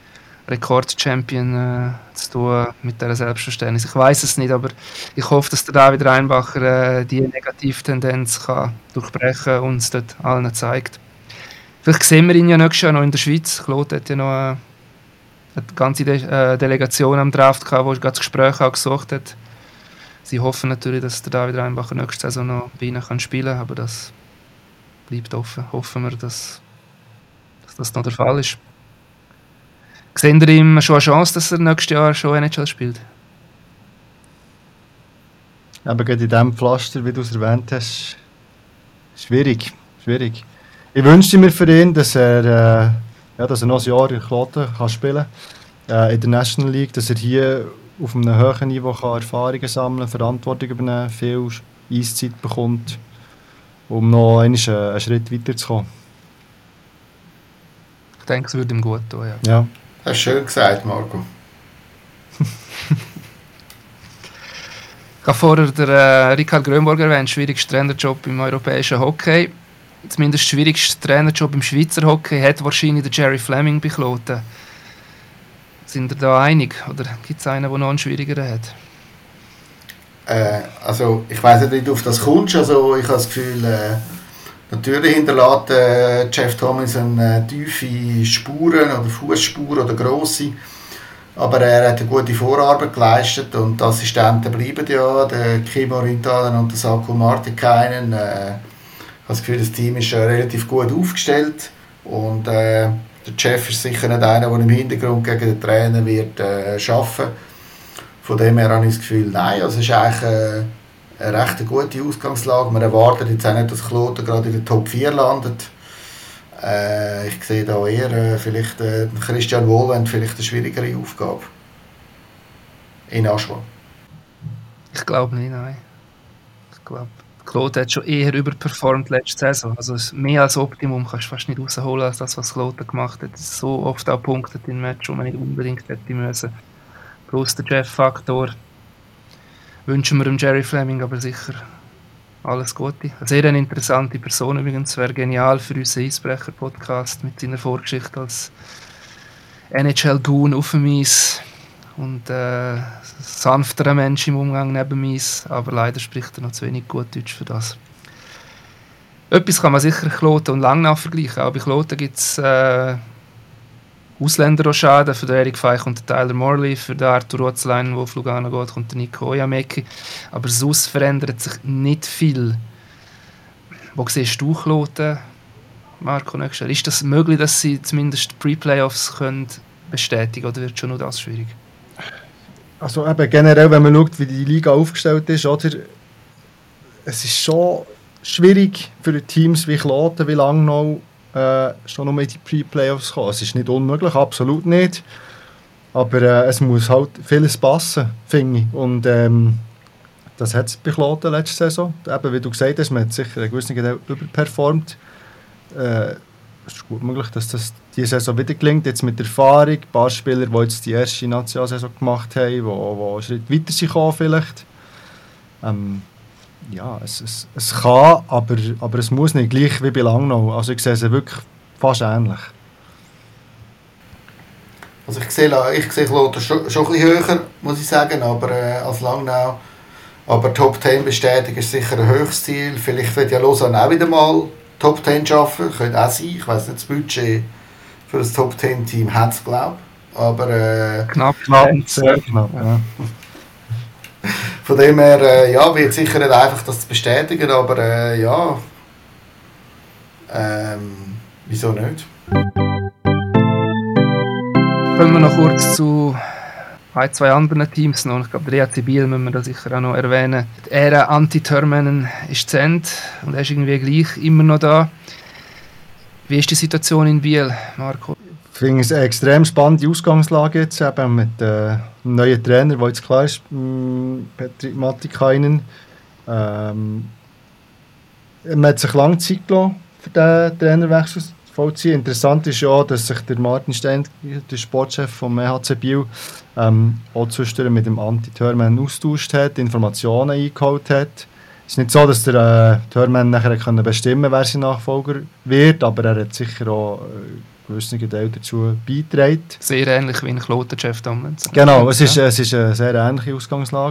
Rekord-Champion äh, zu tun mit dieser Selbstverständnis. Ich weiß es nicht, aber ich hoffe, dass der David Reinbacher äh, die Negativtendenz kann durchbrechen und uns dort allen zeigt. Vielleicht sehen wir ihn ja nächstes Jahr noch in der Schweiz. Claude hat ja noch äh, eine ganze De- äh, Delegation am Draft gehabt, wo er gerade das Gespräch auch gesucht hat. Sie hoffen natürlich, dass der David Reinbacher nächste Saison noch bei ihnen kann spielen kann, aber das bleibt offen. Hoffen wir, dass, dass das noch der Fall ist. Sehen ihr ihm schon eine Chance, dass er nächstes Jahr schon N H L spielt? Aber gerade in diesem Pflaster, wie du es erwähnt hast, schwierig. schwierig. Ich wünschte mir für ihn, dass er, äh, ja, dass er noch ein Jahr in Kloten kann spielen kann, äh, in der National League, dass er hier auf einem höheren Niveau kann Erfahrungen sammeln, Verantwortung übernehmen, viel Eiszeit bekommt, um noch einen, einen Schritt weiterzukommen. Ich denke, es würde ihm gut tun, ja. ja. Hast du schön gesagt, Marco. Ich habe vorher den äh, Richard Grönborg erwähnt, schwierigster Trainerjob im europäischen Hockey. Zumindest der schwierigste Trainerjob im Schweizer Hockey hat wahrscheinlich der Jerry Fleming bei Kloten. Sind ihr da einig? Oder gibt es einen, der noch einen schwierigeren hat? Äh, also, ich weiss nicht, wie du auf das kommst. Also, ich habe das Gefühl, äh, natürlich hinterlässt äh, Jeff Tomlinson äh, tiefe Spuren oder Fußspuren oder grosse. Aber er hat eine gute Vorarbeit geleistet und die Assistenten bleiben ja, der Kimmo Rintanen und der Saku Martikainen. Äh, ich habe das Gefühl, das Team ist äh, relativ gut aufgestellt und äh, der Jeff ist sicher nicht einer, der im Hintergrund gegen den Trainer wird äh, arbeiten. Von dem her habe ich das Gefühl, nein, also es ist eigentlich äh, eine recht gute Ausgangslage. Man erwartet jetzt auch nicht, dass Kloten gerade in der Top vier landet. Äh, ich sehe da eher äh, vielleicht äh, Christian Wohlwend vielleicht eine schwierigere Aufgabe in Aschwa. Ich glaube nicht, nein. Ich glaube, Kloten hat schon eher überperformt letzte Saison. Also mehr als Optimum kannst du fast nicht rausholen als das, was Kloten gemacht hat. So oft auch punktet in Match, wo man nicht unbedingt hätte müssen. Plus der Jeff-Faktor. Wünschen wir dem Jerry Fleming aber sicher alles Gute. Eine sehr interessante Person übrigens. Wäre genial für unseren Eisbrecher-Podcast mit seiner Vorgeschichte als N H L-Goon auf dem Eis und äh, sanfterer Mensch im Umgang neben dem Eis. Aber leider spricht er noch zu wenig gut Deutsch für das. Etwas kann man sicher Kloten und Langnau vergleichen. Auch bei Kloten gibt es äh, Ausländer-Rochaden. Für den Erik Feich und den Tyler Morley, für den Arthur Rotzlein, der auf Lugano geht, kommt der Nico Oyameki. Aber sonst verändert sich nicht viel. Wo siehst du Kloten, Marco, nächstes Jahr? Ist das möglich, dass sie zumindest die Pre-Playoffs können bestätigen können, oder wird schon nur das schwierig? Also eben generell, wenn man schaut, wie die Liga aufgestellt ist, oder, es ist schon schwierig für Teams wie Kloten, wie Langnau, Äh, schon noch in die Pre-Playoffs kommen. Es ist nicht unmöglich, absolut nicht. Aber äh, es muss halt vieles passen, finde ich. Und ähm, das hat es bei Kloten letzte Saison. Eben, wie du gesagt hast, man hat sicher einen gewissen Teil überperformt. Äh, es ist gut möglich, dass das diese Saison wieder gelingt. Jetzt mit Erfahrung, ein paar Spieler, die jetzt die erste Nationalsaison gemacht haben, die, die einen Schritt weiter sind gekommen vielleicht. Ähm, Ja, es, es, es kann, aber, aber es muss nicht gleich wie bei Langnau. Also ich sehe es wirklich fast ähnlich. Also ich sehe, ich sehe Kloten schon, schon ein bisschen höher, muss ich sagen, aber, äh, als Langnau. Aber Top zehn bestätigen ist sicher ein höchstes Ziel. Vielleicht wird ja Lausanne auch wieder mal Top zehn schaffen, könnte auch sein. Ich weiss nicht, das Budget für das Top zehn Team hat es, glaube ich. Aber äh, knapp, knapp, sehr knapp, ja. Von dem her, äh, ja, wird sicher nicht einfach das zu bestätigen, aber äh, ja, ähm, wieso nicht? Kommen wir noch kurz zu ein, zwei anderen Teams noch. Ich glaube, der E A C Biel müssen wir da sicher auch noch erwähnen. Die Ära Antti Törmänen ist zu Ende und er ist irgendwie gleich immer noch da. Wie ist die Situation in Biel, Marco? Ich finde es eine extrem spannende Ausgangslage jetzt, eben mit äh, einem neuen Trainer, der jetzt klar ist, Petri Matikainen. Ähm, man hat sich lange Zeit gelassen, für den Trainerwechsel zu vollziehen. Interessant ist ja, dass sich der Martin Stein, der Sportchef vom E H C Biel, ähm, auch zwischendurch mit dem Antti Törmänen austauscht hat, Informationen eingeholt hat. Es ist nicht so, dass der äh, Törmänen nachher bestimmen kann, wer sein Nachfolger wird, aber er hat sicher auch äh, gewissen Teil dazu beiträgt. Sehr ähnlich wie ein Kloten Jeff Tomlinson. Genau, es ist, ja. es ist eine sehr ähnliche Ausgangslage.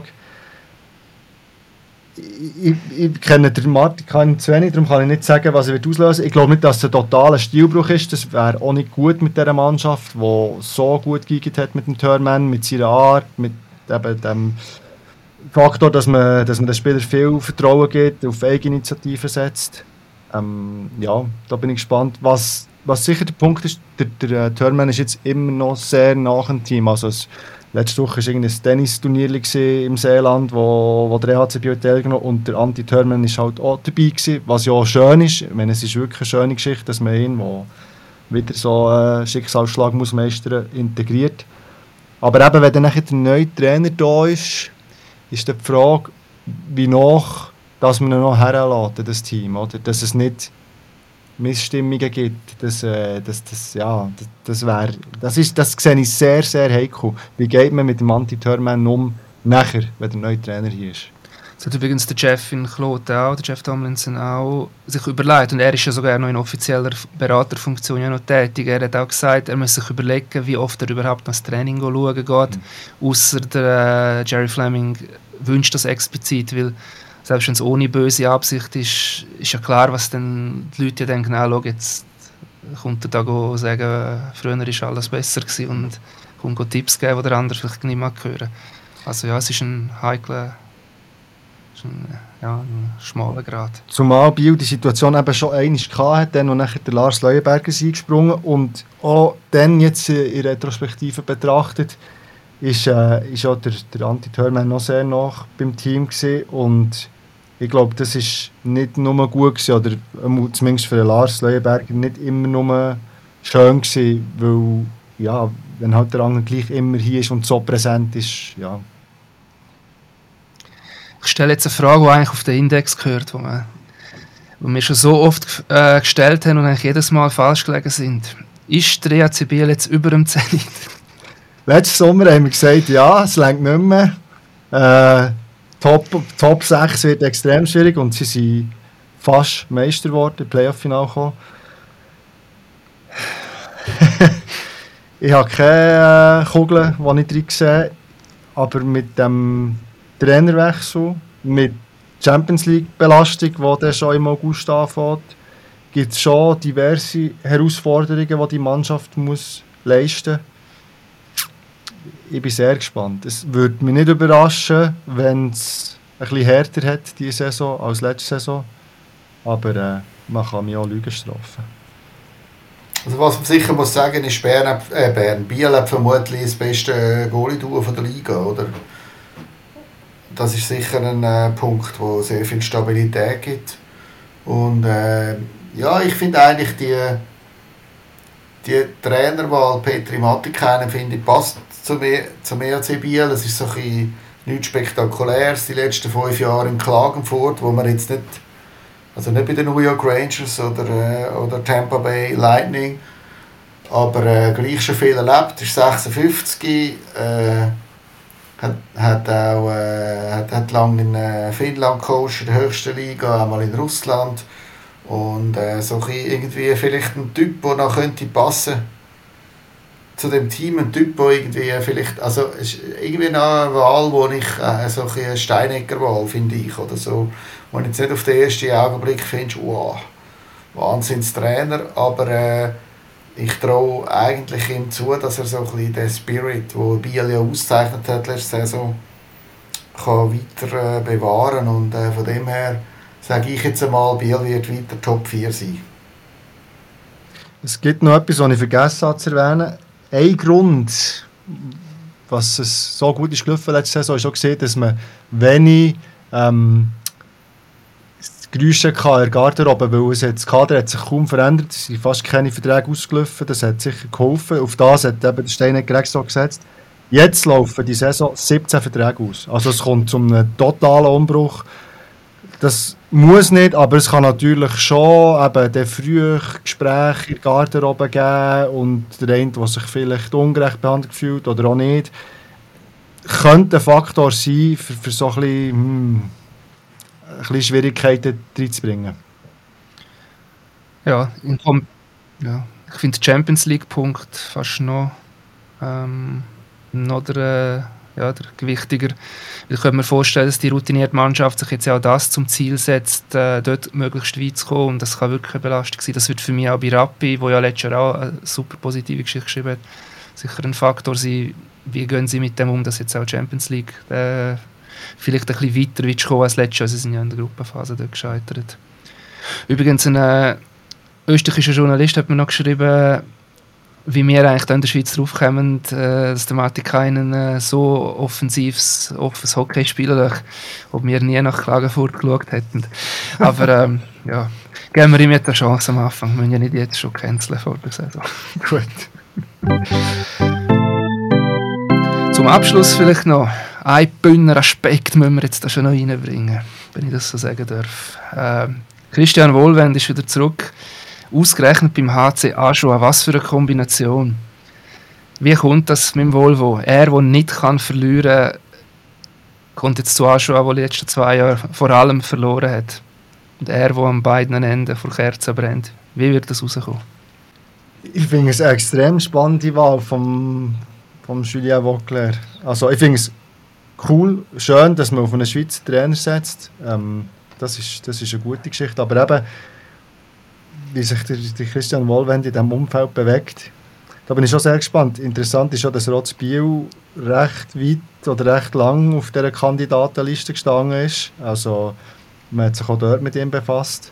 Ich, ich, ich kenne den Martin zu wenig, darum kann ich nicht sagen, was er auslösen wird. Ich glaube nicht, dass es ein totaler Stilbruch ist. Das wäre auch nicht gut mit dieser Mannschaft, die so gut geeignet hat mit dem Turnman, mit seiner Art, mit eben dem Faktor, dass man, dass man den Spielern viel Vertrauen gibt, auf Eigeninitiative setzt. Ähm, ja, da bin ich gespannt. Was, was sicher der Punkt ist, der, der Turnman ist jetzt immer noch sehr nach dem Team. Also es, letzte Woche war ein Tennisturnier im Seeland, wo, wo der E H C Biel teilgenommen hat, und der Anti Turnman war halt auch dabei gewesen, was ja auch schön ist. Ich meine, es ist wirklich eine schöne Geschichte, dass man ihn, der wieder so einen Schicksalsschlag muss meistern, integriert. Aber eben, wenn dann nachher der neue Trainer da ist, ist die Frage, wie nach, dass man ihn noch herlässt, das Team, oder? Dass es nicht Missstimmungen gibt, das, äh, das, das, ja, das, das, wär, das, ist, das sehe ich sehr, sehr heikel. Wie geht man mit dem Anti-Turnman um, nachher, wenn der neue Trainer hier ist? Das hat übrigens der Jeff in Kloten auch, der Jeff Tomlinson auch, sich überlegt, und er ist ja sogar noch in offizieller Beraterfunktion ja noch tätig. Er hat auch gesagt, er muss sich überlegen, wie oft er überhaupt das Training schauen geht. Mhm. Ausser der äh, Jerry Fleming wünscht das explizit, weil selbst wenn es ohne böse Absicht ist, ist ja klar, was dann die Leute denken, ah, schau, jetzt kommt er da go sagen, früher war alles besser gewesen, und kommt Tipps geben, die der andere vielleicht nicht mehr hören. Also ja, es ist ein heikler, ist ein, ja, ein schmaler Grad. Zumal Biel die Situation eben schon einmal hatte, dann, wo nachher der Lars Leuenberger ist eingesprungen, und auch dann jetzt in Retrospektive betrachtet, ist, äh, ist auch der, der Anti-Turnman noch sehr nach beim Team gewesen, und ich glaube, das ist nicht nur gut gewesen, oder zumindest für den Lars Leuenberger nicht immer nur schön gewesen, weil, ja, wenn halt der andere gleich immer hier ist und so präsent ist, ja. Ich stelle jetzt eine Frage, die eigentlich auf den Index gehört, wo wir, wo wir schon so oft äh, gestellt haben und eigentlich jedes Mal falsch gelegen sind. Ist der E H C Biel jetzt über dem Zenit? Letzten Sommer haben wir gesagt, ja, es reicht nicht mehr. Äh, Top, Top sechs wird extrem schwierig, und sie sind fast Meister geworden, im Playoff-Finale gekommen. Ich habe keine äh, Kugeln, die ich drin sehe, aber mit dem Trainerwechsel, mit Champions League-Belastung, die dann schon im August anfängt, gibt es schon diverse Herausforderungen, die die Mannschaft muss leisten muss. Ich bin sehr gespannt. Es würde mich nicht überraschen, wenn es ein bisschen härter hat diese Saison als letzte Saison. Aber äh, man kann mich auch Lügen strafen. Also was man sicher muss sagen, ist, Bern, äh, Bern Biel hat vermutlich das beste Goalie-Duo der Liga, oder? Das ist sicher ein äh, Punkt, der sehr viel Stabilität gibt. Und äh, ja, ich finde eigentlich die, die Trainerwahl Petri Matikainen, finde ich, passt zum E H C Biel. Es ist so ein bisschen nichts Spektakuläres die letzten fünf Jahre in Klagenfurt, wo man jetzt nicht, also nicht bei den New York Rangers oder, äh, oder Tampa Bay Lightning, aber äh, gleich schon viel erlebt. Ist sechsundfünfzig, äh, hat, hat auch äh, hat, hat lange in äh, Finnland gecoacht, in der höchsten Liga, einmal in Russland, und äh, so ein irgendwie vielleicht ein Typ, der noch könnte passen zu dem Team, ein Typ, der irgendwie vielleicht, also ist irgendwie eine Wahl, wo ich äh, so eine Steinecker-Wahl finde ich, oder so, wo ich jetzt nicht auf den ersten Augenblick finde, wow, Wahnsinnstrainer, aber äh, ich traue eigentlich ihm zu, dass er so ein bisschen den Spirit, den Biel ja auszeichnet hat letzte Saison, kann weiter äh, bewahren, und äh, von dem her sage ich jetzt einmal, Biel wird weiter Top vier sein. Es gibt noch etwas, was ich vergessen habe zu erwähnen. Ein Grund, was es so gut ist gelaufen letzte Saison, ist auch gesehen, dass man wenig ähm, Geräusche in der Garderobe, weil es hat, das Kader hat sich kaum verändert, es sind fast keine Verträge ausgelaufen, das hat sicher geholfen. Auf das hat eben der Steinecker extra gesetzt. Jetzt laufen die Saison siebzehn Verträge aus. Also es kommt zu einem totalen Umbruch. Das muss nicht, aber es kann natürlich schon eben den frühen Gespräch in der Garderobe geben, und der eine, der sich vielleicht ungerecht behandelt fühlt oder auch nicht, könnte ein Faktor sein, für, für so ein bisschen, hm, ein bisschen Schwierigkeiten reinzubringen. Ja, in Kom- ja, Ich finde den Champions League-Punkt fast noch, ähm, noch der, äh, ja, der gewichtiger. Ich könnte mir vorstellen, dass die routinierte Mannschaft sich jetzt auch das zum Ziel setzt, äh, dort möglichst weit zu kommen. Und das kann wirklich eine Belastung sein. Das wird für mich auch bei Rappi, wo ja letztes Jahr auch eine super positive Geschichte geschrieben hat, sicher ein Faktor sein. Wie gehen sie mit dem um, dass jetzt auch Champions League äh, vielleicht ein bisschen weiter wird kommen als letztes Jahr. Sie sind ja in der Gruppenphase dort gescheitert. Übrigens, ein äh, österreichischer Journalist hat mir noch geschrieben, wie wir eigentlich in der Schweiz draufkommen, äh, dass der Martin keinen äh, so offensives, offenes Hockey spielen lässt, ob wir nie nach Klagenfurt geschaut hätten. Aber ähm, ja, geben wir ihm jetzt eine Chance am Anfang. Wir müssen ja nicht jetzt schon canceln vor der Saison. Gut. Zum Abschluss vielleicht noch ein Bündner Aspekt müssen wir jetzt da schon noch reinbringen, wenn ich das so sagen darf. Ähm, Christian Wohlwend ist wieder zurück. Ausgerechnet beim H C Aschua. Was für eine Kombination. Wie kommt das mit dem Volvo? Er, der nicht kann verlieren kann, kommt jetzt zu Aschua, der die letzten zwei Jahre vor allem verloren hat. Und er, der an beiden Enden vor Kerzen brennt. Wie wird das rauskommen? Ich finde es eine extrem spannende Wahl vom, vom Julien Voeckler. Also ich finde es cool, schön, dass man auf einen Schweizer Trainer setzt. Ähm, das, ist, das ist eine gute Geschichte. Aber eben, wie sich der, der Christian Wohlwend in diesem Umfeld bewegt, da bin ich schon sehr gespannt. Interessant ist schon, dass Rotzbiel recht weit oder recht lang auf dieser Kandidatenliste gestanden ist. Also man hat sich auch dort mit ihm befasst.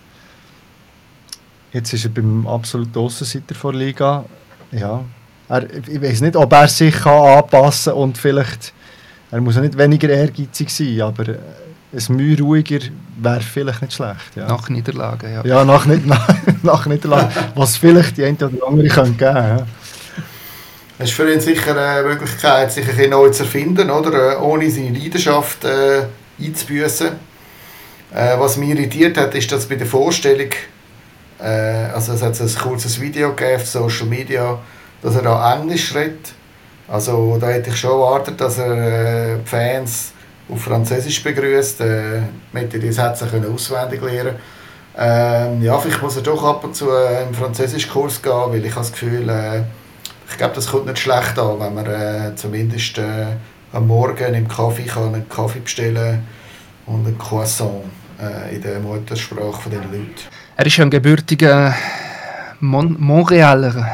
Jetzt ist er beim absoluten Aussenseiter der Liga. Ja, er, ich weiß nicht, ob er sich kann anpassen kann und vielleicht, er muss ja nicht weniger ehrgeizig sein, aber ein Mühe ruhiger wäre vielleicht nicht schlecht. Ja. Nach Niederlagen, ja. Ja, nach, nach, nach Niederlagen, was vielleicht die eine oder andere geben könnte. Ja. Es ist für ihn sicher eine Möglichkeit, sich ein bisschen neu zu erfinden, oder? Ohne seine Leidenschaft äh, einzubüssen. Äh, was mich irritiert hat, ist, dass bei der Vorstellung, äh, also es hat ein kurzes Video gegeben auf Social Media, dass er da Englisch redet. Also da hätte ich schon erwartet, dass er äh, die Fans auf Französisch begrüßt. Äh, man hätte diese Sätze auswendig lernen. Ähm, ja, vielleicht muss er doch ab und zu äh, einen Französischkurs gehen, weil ich habe das Gefühl, äh, ich glaube, das kommt nicht schlecht an, wenn man äh, zumindest äh, am Morgen im Kaffee kann einen Kaffee bestellen und ein Croissant äh, in der Muttersprache der Leute. Er ist ja ein gebürtiger Mon- Montrealer,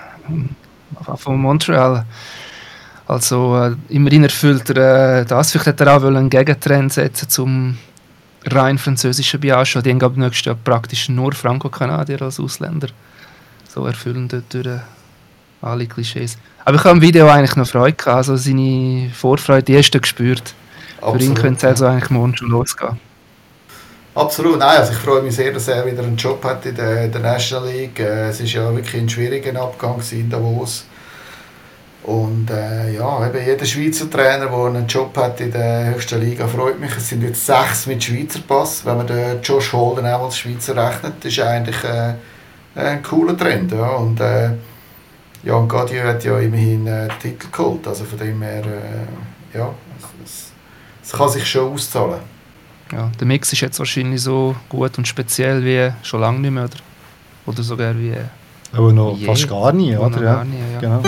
von Montreal. Also äh, immerhin erfüllt er äh, das. Vielleicht hätte er auch einen Gegentrend setzen zum rein französischen Biacho. Die haben nächstes Jahr praktisch nur Franco-Kanadier als Ausländer. So erfüllen dort durch alle Klischees. Aber ich habe im Video eigentlich noch Freude gehabt. Also seine Vorfreude, die hast du gespürt. Absolut. Für ihn könnte es also eigentlich morgen schon losgehen. Absolut, nein, also ich freue mich sehr, dass er wieder einen Job hat in der, in der National League. Äh, es war ja wirklich ein schwieriger Abgang in Davos. Und äh, ja, eben jeder Schweizer Trainer, der einen Job hat in der höchsten Liga, freut mich. Es sind jetzt sechs mit Schweizer Pass. Wenn man den Josh Holden auch als Schweizer rechnet, ist eigentlich äh, ein cooler Trend. Ja. Und äh, Jan Gadieu hat ja immerhin äh, den Titel geholt. Also von dem her, äh, ja, es, es kann sich schon auszahlen. Ja, der Mix ist jetzt wahrscheinlich so gut und speziell wie schon lange nicht mehr, oder? Oder sogar wie... Aber noch wie fast gar nie, oder? Gar nie, ja. Genau.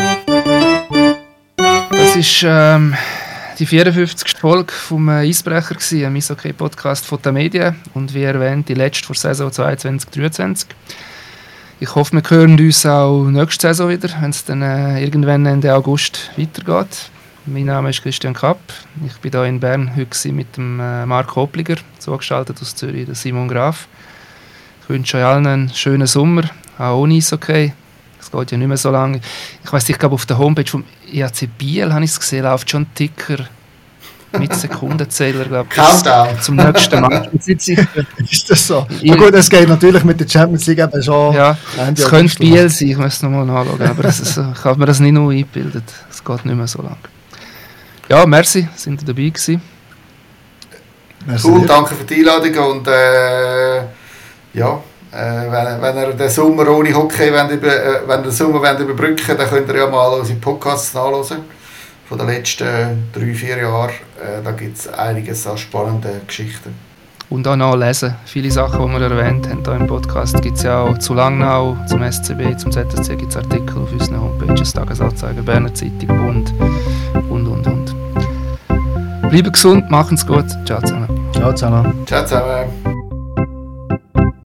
Das war ähm, die vierundfünfzigste Folge vom Eisbrecher, einem Eishockey-Podcast von der Medien und wie erwähnt, die letzte vor Saison zweiundzwanzig dreiundzwanzig. Ich hoffe, wir hören uns auch nächste Saison wieder, wenn es dann äh, irgendwann Ende August weitergeht. Mein Name ist Christian Kapp. Ich war hier in Bern heute mit dem äh, Marc Hopliger, zugeschaltet aus Zürich, der Simon Graf. Ich wünsche euch allen einen schönen Sommer, auch ohne Eishockey. Es geht ja nicht mehr so lange. Ich weiss, ich glaube, auf der Homepage vom E A C Biel habe ich es gesehen, läuft schon ein Ticker mit Sekundenzähler, glaube ich, zum nächsten Match. Ist das so? Ja gut, es geht natürlich mit der Champions League eben schon. Ja, es könnte Biel sein, ich muss es nochmal nachschauen, aber es ist, ich habe mir das nicht nur eingebildet. Es geht nicht mehr so lange. Ja, merci, sind ihr dabei gewesen. Cool, danke für die Einladung und äh, ja, äh, wenn, wenn ihr den Sommer ohne Hockey wollt, über, äh, wenn den Sommer wollt überbrücken wollt, dann könnt ihr ja mal unsere Podcasts nachhören von den letzten drei, vier Jahren. Äh, da gibt es einiges an spannenden Geschichten. und auch nachlesen. Viele Sachen, die wir erwähnt haben hier im Podcast, gibt es ja auch zu Langnau, zum S C B, zum Z S C gibt es Artikel auf unseren Homepages, Tagesanzeiger, Berner Zeitung, Bund und, und, und. Bleiben gesund, machen's gut. Ciao zusammen. Ciao zusammen. Ciao zusammen.